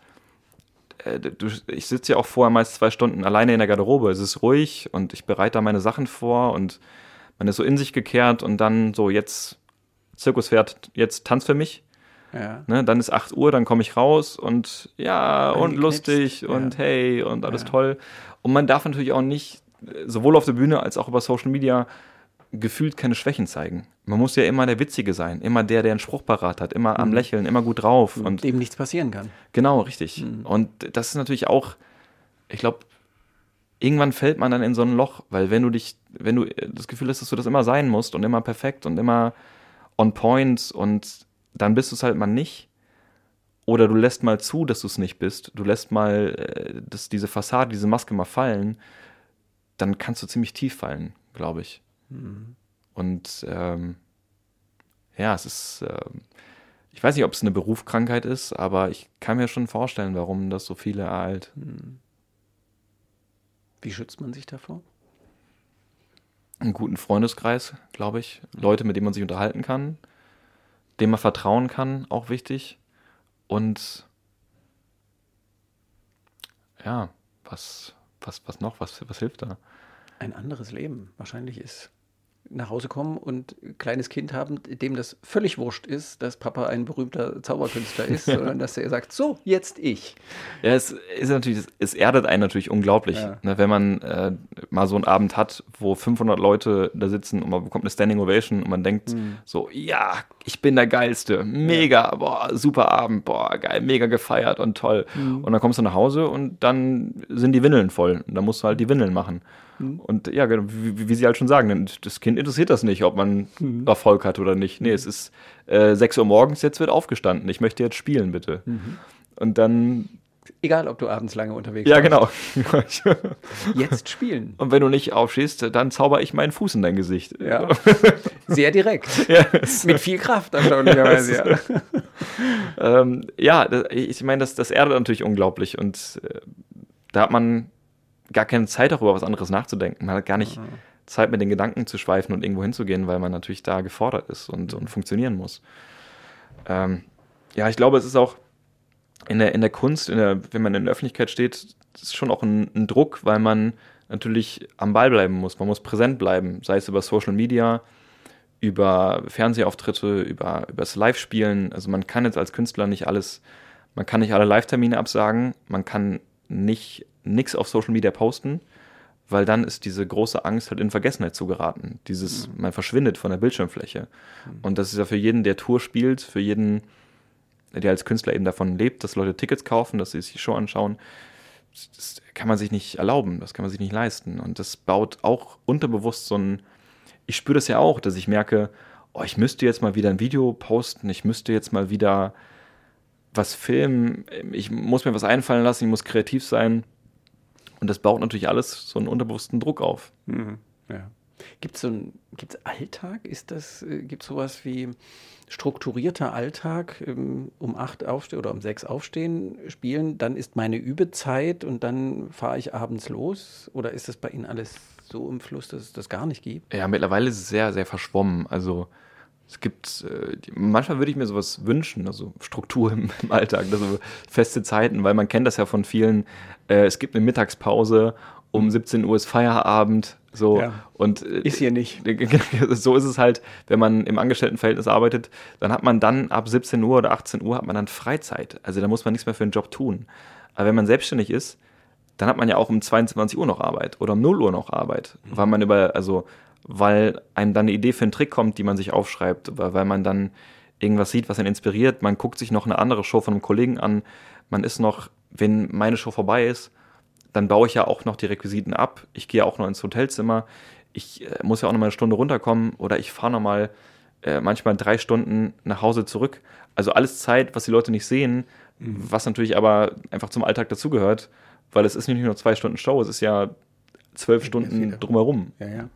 S2: ich sitze ja auch vorher meist 2 Stunden alleine in der Garderobe, es ist ruhig und ich bereite da meine Sachen vor und man ist so in sich gekehrt und dann so, jetzt Zirkuspferd, jetzt tanz für mich. Ja. Ne, dann ist 8 Uhr, dann komme ich raus und ja, und lustig und hey und alles toll. Und man darf natürlich auch nicht, sowohl auf der Bühne als auch über Social Media, gefühlt keine Schwächen zeigen. Man muss ja immer der Witzige sein, immer der einen Spruch parat hat, immer am Lächeln, immer gut drauf.
S3: Und dem nichts passieren kann.
S2: Genau, richtig. Und das ist natürlich auch, ich glaube, irgendwann fällt man dann in so ein Loch, weil wenn du das Gefühl hast, dass du das immer sein musst und immer perfekt und immer on point und dann bist du es halt mal nicht. Oder du lässt mal zu, dass du es nicht bist. Du lässt mal diese Fassade, diese Maske mal fallen. Dann kannst du ziemlich tief fallen, glaube ich. Und es ist, ich weiß nicht, ob es eine Berufskrankheit ist, aber ich kann mir schon vorstellen, warum das so viele ereilt.
S3: Wie schützt man sich davor?
S2: Einen guten Freundeskreis, glaube ich. Leute, mit denen man sich unterhalten kann, denen man vertrauen kann, auch wichtig. Und ja, was noch? Was hilft da?
S3: Ein anderes Leben. Wahrscheinlich ist nach Hause kommen und ein kleines Kind haben, dem das völlig wurscht ist, dass Papa ein berühmter Zauberkünstler ist, sondern dass er sagt, so, jetzt ich.
S2: Ja, es ist natürlich, es erdet einen natürlich unglaublich, ne, wenn man mal so einen Abend hat, wo 500 Leute da sitzen und man bekommt eine Standing Ovation und man denkt so, ja, ich bin der Geilste, mega, boah, super Abend, boah, geil, mega gefeiert und toll. Und dann kommst du nach Hause und dann sind die Windeln voll und dann musst du halt die Windeln machen. Und ja, wie Sie halt schon sagen, das Kind interessiert das nicht, ob man Erfolg hat oder nicht. Nee, es ist 6 Uhr morgens, jetzt wird aufgestanden. Ich möchte jetzt spielen, bitte. Und dann...
S3: Egal, ob du abends lange unterwegs
S2: Ja,
S3: warst.
S2: genau.
S3: Jetzt spielen.
S2: Und wenn du nicht aufstehst, dann zauber ich meinen Fuß in dein Gesicht.
S3: Ja. Sehr direkt.
S2: Ja.
S3: Mit viel Kraft, erstaunlicherweise.
S2: Ich meine, das erdet natürlich unglaublich. Und da hat man gar keine Zeit, darüber was anderes nachzudenken. Man hat gar nicht Zeit, mit den Gedanken zu schweifen und irgendwo hinzugehen, weil man natürlich da gefordert ist und funktionieren muss. Ich glaube, es ist auch in der Kunst, wenn man in der Öffentlichkeit steht, ist schon auch ein Druck, weil man natürlich am Ball bleiben muss. Man muss präsent bleiben, sei es über Social Media, über Fernsehauftritte, über das Live-Spielen. Also man kann jetzt als Künstler man kann nicht alle Live-Termine absagen, man kann nichts auf Social Media posten, weil dann ist diese große Angst halt in Vergessenheit zu geraten. Man verschwindet von der Bildschirmfläche. Und das ist ja für jeden, der Tour spielt, für jeden, der als Künstler eben davon lebt, dass Leute Tickets kaufen, dass sie sich die Show anschauen, das kann man sich nicht erlauben, das kann man sich nicht leisten. Und das baut auch unterbewusst ich spüre das ja auch, dass ich merke, ich müsste jetzt mal wieder ein Video posten, ich müsste jetzt mal wieder was filmen, ich muss mir was einfallen lassen, ich muss kreativ sein. Und das baut natürlich alles so einen unterbewussten Druck auf.
S3: Ja. Gibt's Alltag? Gibt es sowas wie strukturierter Alltag, um 8 aufstehen oder um 6 aufstehen, spielen, dann ist meine Übezeit und dann fahre ich abends los? Oder ist das bei Ihnen alles so im Fluss, dass es das gar nicht gibt?
S2: Ja, mittlerweile ist es sehr, sehr verschwommen. Also es gibt, manchmal würde ich mir sowas wünschen, also Struktur im Alltag, also feste Zeiten, weil man kennt das ja von vielen, es gibt eine Mittagspause, um 17 Uhr ist Feierabend, so.
S3: Ja,
S2: und
S3: ist hier nicht.
S2: So ist es halt, wenn man im Angestelltenverhältnis arbeitet, dann hat man dann ab 17 Uhr oder 18 Uhr hat man dann Freizeit, also da muss man nichts mehr für den Job tun. Aber wenn man selbstständig ist, dann hat man ja auch um 22 Uhr noch Arbeit oder um 0 Uhr noch Arbeit, weil einem dann eine Idee für einen Trick kommt, die man sich aufschreibt, weil man dann irgendwas sieht, was einen inspiriert. Man guckt sich noch eine andere Show von einem Kollegen an. Man ist noch, wenn meine Show vorbei ist, dann baue ich ja auch noch die Requisiten ab. Ich gehe auch noch ins Hotelzimmer. Ich muss ja auch noch mal eine Stunde runterkommen oder ich fahre noch mal manchmal 3 Stunden nach Hause zurück. Also alles Zeit, was die Leute nicht sehen, was natürlich aber einfach zum Alltag dazugehört, weil es ist nicht nur 2 Stunden Show, es ist ja 12 Stunden drumherum.
S3: Ja.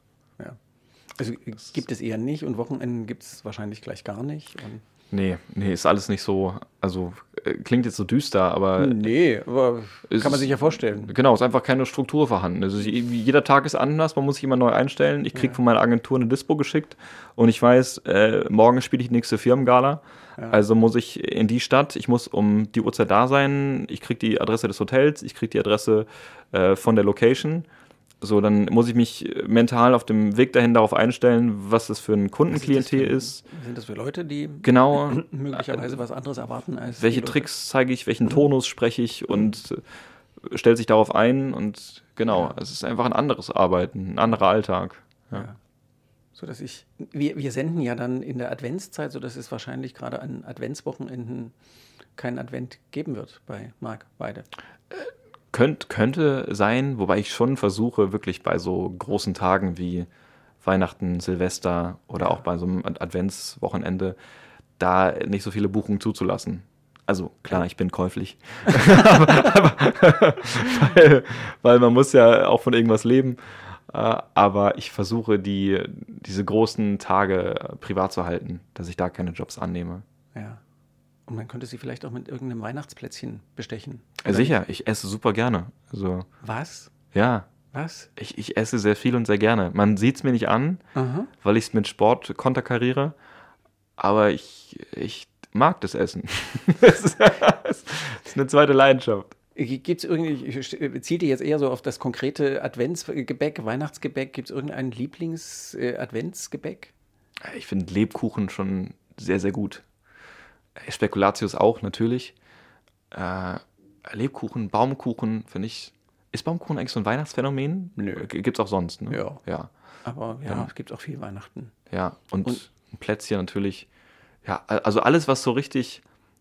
S3: Also gibt es eher nicht und Wochenenden gibt es wahrscheinlich gleich gar nicht.
S2: Nee, ist alles nicht so, also klingt jetzt so düster, aber...
S3: Nee, aber kann man sich ja vorstellen.
S2: Genau, es ist einfach keine Struktur vorhanden. Also jeder Tag ist anders, man muss sich immer neu einstellen. Ich kriege von meiner Agentur eine Dispo geschickt und ich weiß, morgen spiele ich die nächste Firmengala. Ja. Also muss ich in die Stadt, ich muss um die Uhrzeit da sein, ich kriege die Adresse des Hotels, ich kriege die Adresse von der Location. So, dann muss ich mich mental auf dem Weg dahin darauf einstellen, was das für ein Kundenklientel ist.
S3: Sind das für Leute, die
S2: möglicherweise
S3: was anderes erwarten als
S2: welche Tricks zeige ich, welchen Tonus spreche ich und stellt sich darauf ein und genau, es ist einfach ein anderes Arbeiten, ein anderer Alltag. Ja.
S3: So dass wir senden ja dann in der Adventszeit, so dass es wahrscheinlich gerade an Adventswochenenden keinen Advent geben wird bei Mark Weide.
S2: Könnte sein, wobei ich schon versuche, wirklich bei so großen Tagen wie Weihnachten, Silvester oder auch bei so einem Adventswochenende da nicht so viele Buchungen zuzulassen. Also klar, ich bin käuflich, weil man muss ja auch von irgendwas leben. Aber ich versuche, diese großen Tage privat zu halten, dass ich da keine Jobs annehme.
S3: Ja. Und man könnte sie vielleicht auch mit irgendeinem Weihnachtsplätzchen bestechen.
S2: Sicher, ich esse super gerne. Also,
S3: Was?
S2: ja,
S3: Was?
S2: ich esse sehr viel und sehr gerne. Man sieht es mir nicht an,
S3: Aha.
S2: weil ich es mit Sport konterkariere, aber ich mag das Essen. Das ist eine zweite Leidenschaft.
S3: Gibt es irgendwie, zielt ihr jetzt eher so auf das konkrete Adventsgebäck, Weihnachtsgebäck? Gibt es irgendein Lieblings-Adventsgebäck?
S2: Ich finde Lebkuchen schon sehr, sehr gut. Spekulatius auch, natürlich. Lebkuchen, Baumkuchen, finde ich. Ist Baumkuchen eigentlich so ein Weihnachtsphänomen?
S3: Nö.
S2: Gibt's auch sonst, ne?
S3: Ja.
S2: Ja.
S3: Aber ja, es gibt auch viel Weihnachten.
S2: Ja, und ein Plätzchen natürlich. Ja, also alles, was so richtig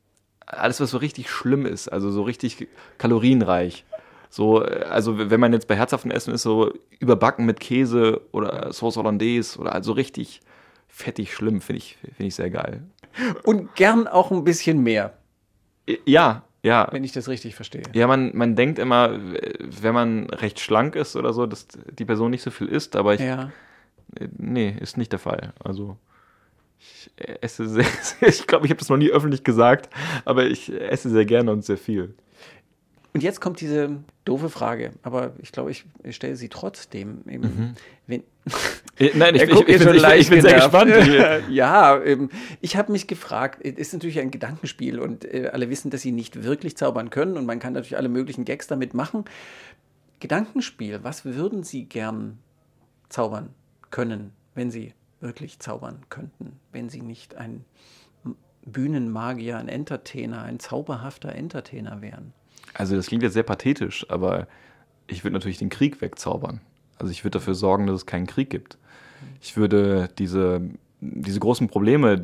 S2: schlimm ist, also so richtig kalorienreich. So, also wenn man jetzt bei herzhaften Essen ist, so überbacken mit Käse oder Sauce Hollandaise oder also richtig fettig schlimm, finde ich sehr geil.
S3: Und gern auch ein bisschen mehr,
S2: Ja.
S3: wenn ich das richtig verstehe.
S2: Ja, man denkt immer, wenn man recht schlank ist oder so, dass die Person nicht so viel isst, aber nee, ist nicht der Fall. Also ich esse sehr, ich glaube, ich habe das noch nie öffentlich gesagt, aber ich esse sehr gerne und sehr viel.
S3: Und jetzt kommt diese doofe Frage, aber ich glaube, ich stelle sie trotzdem. Wenn,
S2: Nein, ich
S3: guckt
S2: bin
S3: schon leicht
S2: sehr
S3: genervt.
S2: gespannt.
S3: Ja, ich habe mich gefragt, es ist natürlich ein Gedankenspiel und alle wissen, dass sie nicht wirklich zaubern können und man kann natürlich alle möglichen Gags damit machen. Gedankenspiel, was würden Sie gern zaubern können, wenn Sie wirklich zaubern könnten, wenn Sie nicht ein Bühnenmagier, ein Entertainer, ein zauberhafter Entertainer wären?
S2: Also das klingt jetzt sehr pathetisch, aber ich würde natürlich den Krieg wegzaubern. Also ich würde dafür sorgen, dass es keinen Krieg gibt. Ich würde diese großen Probleme,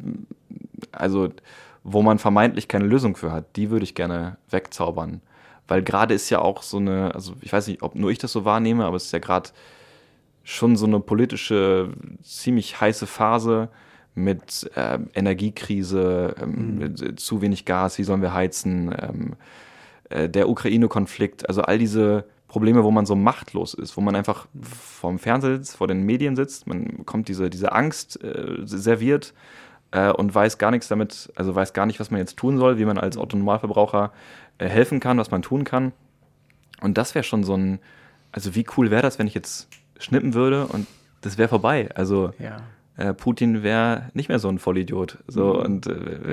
S2: wo man vermeintlich keine Lösung für hat, die würde ich gerne wegzaubern. Weil gerade ist ja auch so also ich weiß nicht, ob nur ich das so wahrnehme, aber es ist ja gerade schon so eine politische, ziemlich heiße Phase mit Energiekrise, mit zu wenig Gas, wie sollen wir heizen, der Ukraine-Konflikt, also all diese Probleme, wo man so machtlos ist, wo man einfach vorm Fernseher sitzt, vor den Medien sitzt, man bekommt diese Angst serviert und weiß gar nichts damit, also weiß gar nicht, was man jetzt tun soll, wie man als Autonormalverbraucher helfen kann, was man tun kann. Und das wäre schon also wie cool wäre das, wenn ich jetzt schnippen würde und das wäre vorbei. Also Putin wäre nicht mehr so ein Vollidiot. So und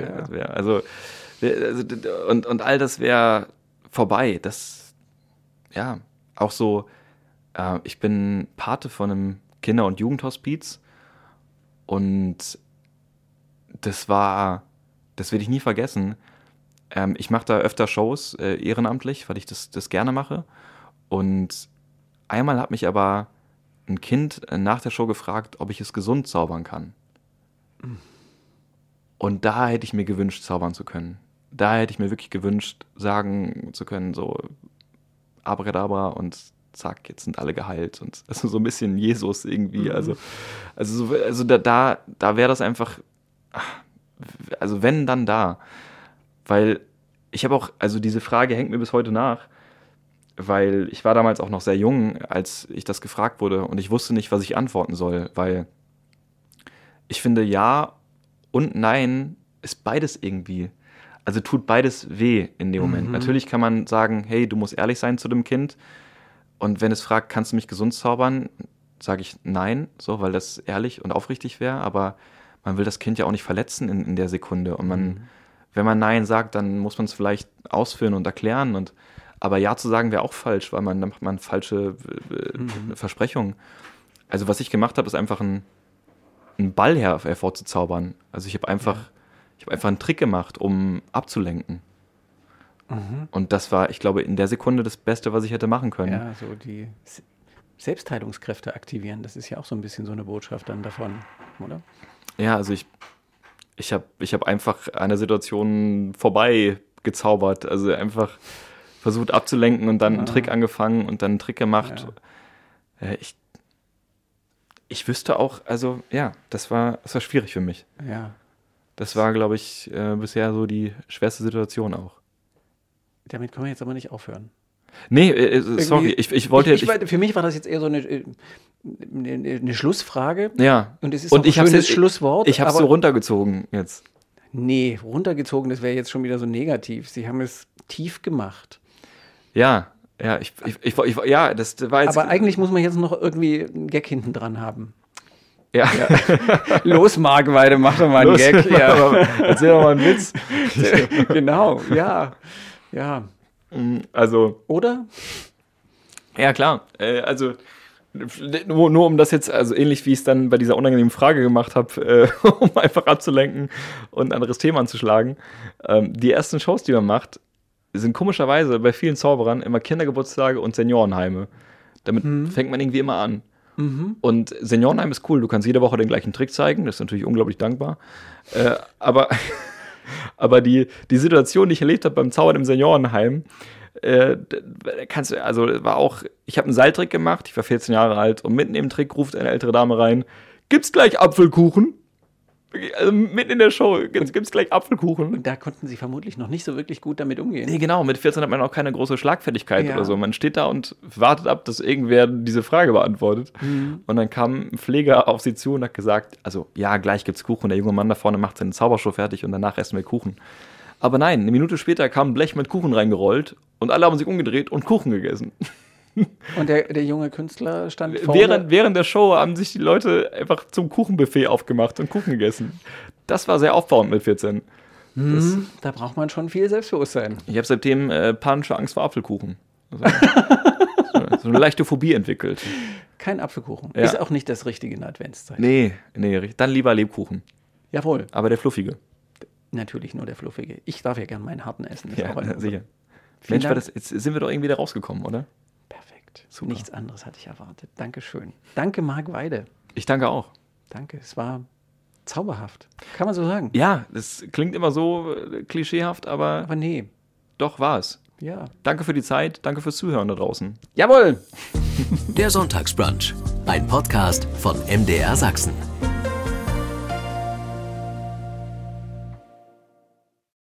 S2: und all das wäre vorbei. Das auch so. Ich bin Pate von einem Kinder- und Jugendhospiz und das werde ich nie vergessen. Ich mache da öfter Shows ehrenamtlich, weil ich das gerne mache. Und einmal hat mich aber ein Kind nach der Show gefragt, ob ich es gesund zaubern kann. Und da hätte ich mir gewünscht, zaubern zu können. Da hätte ich mir wirklich gewünscht, sagen zu können, so Abracadabra und zack, jetzt sind alle geheilt. Und also so ein bisschen Jesus irgendwie. Also da wäre das einfach, also wenn, dann da. Weil ich habe auch, also diese Frage hängt mir bis heute nach, weil ich war damals auch noch sehr jung, als ich das gefragt wurde und ich wusste nicht, was ich antworten soll, weil ich finde, ja und nein ist beides irgendwie, also tut beides weh in dem Moment. Natürlich kann man sagen, hey, du musst ehrlich sein zu dem Kind und wenn es fragt, kannst du mich gesund zaubern, sage ich nein, so, weil das ehrlich und aufrichtig wäre, aber man will das Kind ja auch nicht verletzen in der Sekunde und wenn man nein sagt, dann muss man es vielleicht ausführen und erklären aber ja zu sagen wäre auch falsch, weil dann macht man falsche Versprechungen. Also was ich gemacht habe, ist einfach einen Ball hervorzuzaubern. Also ich habe einfach einen Trick gemacht, um abzulenken. Und das war, ich glaube, in der Sekunde das Beste, was ich hätte machen können.
S3: Ja, so die Selbstheilungskräfte aktivieren, das ist ja auch so ein bisschen so eine Botschaft dann davon, oder?
S2: Ja, also ich hab einfach eine Situation vorbei gezaubert. Also einfach versucht abzulenken und dann einen Trick angefangen und dann einen Trick gemacht. Ja. Ich wüsste auch, also ja, das war schwierig für mich.
S3: Ja.
S2: Das war, glaube ich, bisher so die schwerste Situation auch.
S3: Damit können wir jetzt aber nicht aufhören.
S2: Nee, sorry, ich wollte jetzt...
S3: Für mich war das jetzt eher so eine Schlussfrage.
S2: Ja.
S3: Und es ist
S2: Und
S3: auch ein
S2: ich hab's
S3: schönes
S2: jetzt-
S3: Schlusswort.
S2: Ich habe es
S3: aber-
S2: so runtergezogen jetzt.
S3: Nee, runtergezogen, das wäre jetzt schon wieder so negativ. Sie haben es tief gemacht.
S2: Ja, ja, das war jetzt...
S3: Aber eigentlich muss man jetzt noch irgendwie einen Gag hinten dran haben.
S2: ja.
S3: Los, Marc Weide, mach doch mal einen
S2: Los,
S3: Gag. Ja.
S2: Erzähl doch mal einen Witz.
S3: Genau, ja. Ja.
S2: Also,
S3: Oder?
S2: ja klar, also nur um das jetzt, also ähnlich wie ich es dann bei dieser unangenehmen Frage gemacht habe, um einfach abzulenken und ein anderes Thema anzuschlagen. Die ersten Shows, die man macht, sind komischerweise bei vielen Zauberern immer Kindergeburtstage und Seniorenheime. Damit fängt man irgendwie immer an. Und Seniorenheim ist cool, du kannst jede Woche den gleichen Trick zeigen, das ist natürlich unglaublich dankbar. Aber die Situation, die ich erlebt habe beim Zaubern im Seniorenheim, war auch, ich habe einen Seiltrick gemacht, ich war 14 Jahre alt und mitten im Trick ruft eine ältere Dame rein, gibt's gleich Apfelkuchen? Also mitten in der Show, gibt's gleich Apfelkuchen?
S3: Und da konnten Sie vermutlich noch nicht so wirklich gut damit umgehen.
S2: Nee, genau, mit 14 hat man auch keine große Schlagfertigkeit
S3: Ja.
S2: oder so. Man steht da und wartet ab, dass irgendwer diese Frage beantwortet. Und dann kam ein Pfleger auf sie zu und hat gesagt, also ja, gleich gibt's Kuchen. Der junge Mann da vorne macht seine Zaubershow fertig und danach essen wir Kuchen. Aber nein, eine Minute später kam ein Blech mit Kuchen reingerollt und alle haben sich umgedreht und Kuchen gegessen.
S3: Und der junge Künstler stand vorne.
S2: Während der Show haben sich die Leute einfach zum Kuchenbuffet aufgemacht und Kuchen gegessen. Das war sehr aufbauend mit 14.
S3: Da braucht man schon viel Selbstbewusstsein.
S2: Ich habe seitdem panische Angst vor Apfelkuchen. Also, so eine leichte Phobie entwickelt.
S3: Kein Apfelkuchen.
S2: Ja.
S3: Ist auch nicht das Richtige in der Adventszeit.
S2: Nee, dann lieber Lebkuchen.
S3: Jawohl.
S2: Aber der fluffige.
S3: Natürlich nur der Fluffige. Ich darf ja gern meinen harten essen. Ist
S2: Ja,
S3: auch in Ordnung.
S2: sicher.
S3: Vielen
S2: Mensch,
S3: Dank.
S2: jetzt sind wir doch irgendwie da rausgekommen, oder?
S3: Perfekt.
S2: Super.
S3: Nichts anderes hatte ich erwartet. Dankeschön. Danke, Marc Weide.
S2: Ich danke auch.
S3: Danke. Es war zauberhaft. Kann man so sagen.
S2: Ja, das klingt immer so klischeehaft, aber
S3: Aber nee.
S2: doch war es.
S3: Ja.
S2: Danke für die Zeit, danke fürs Zuhören da draußen.
S3: Jawohl.
S1: Der Sonntagsbrunch, ein Podcast von MDR Sachsen.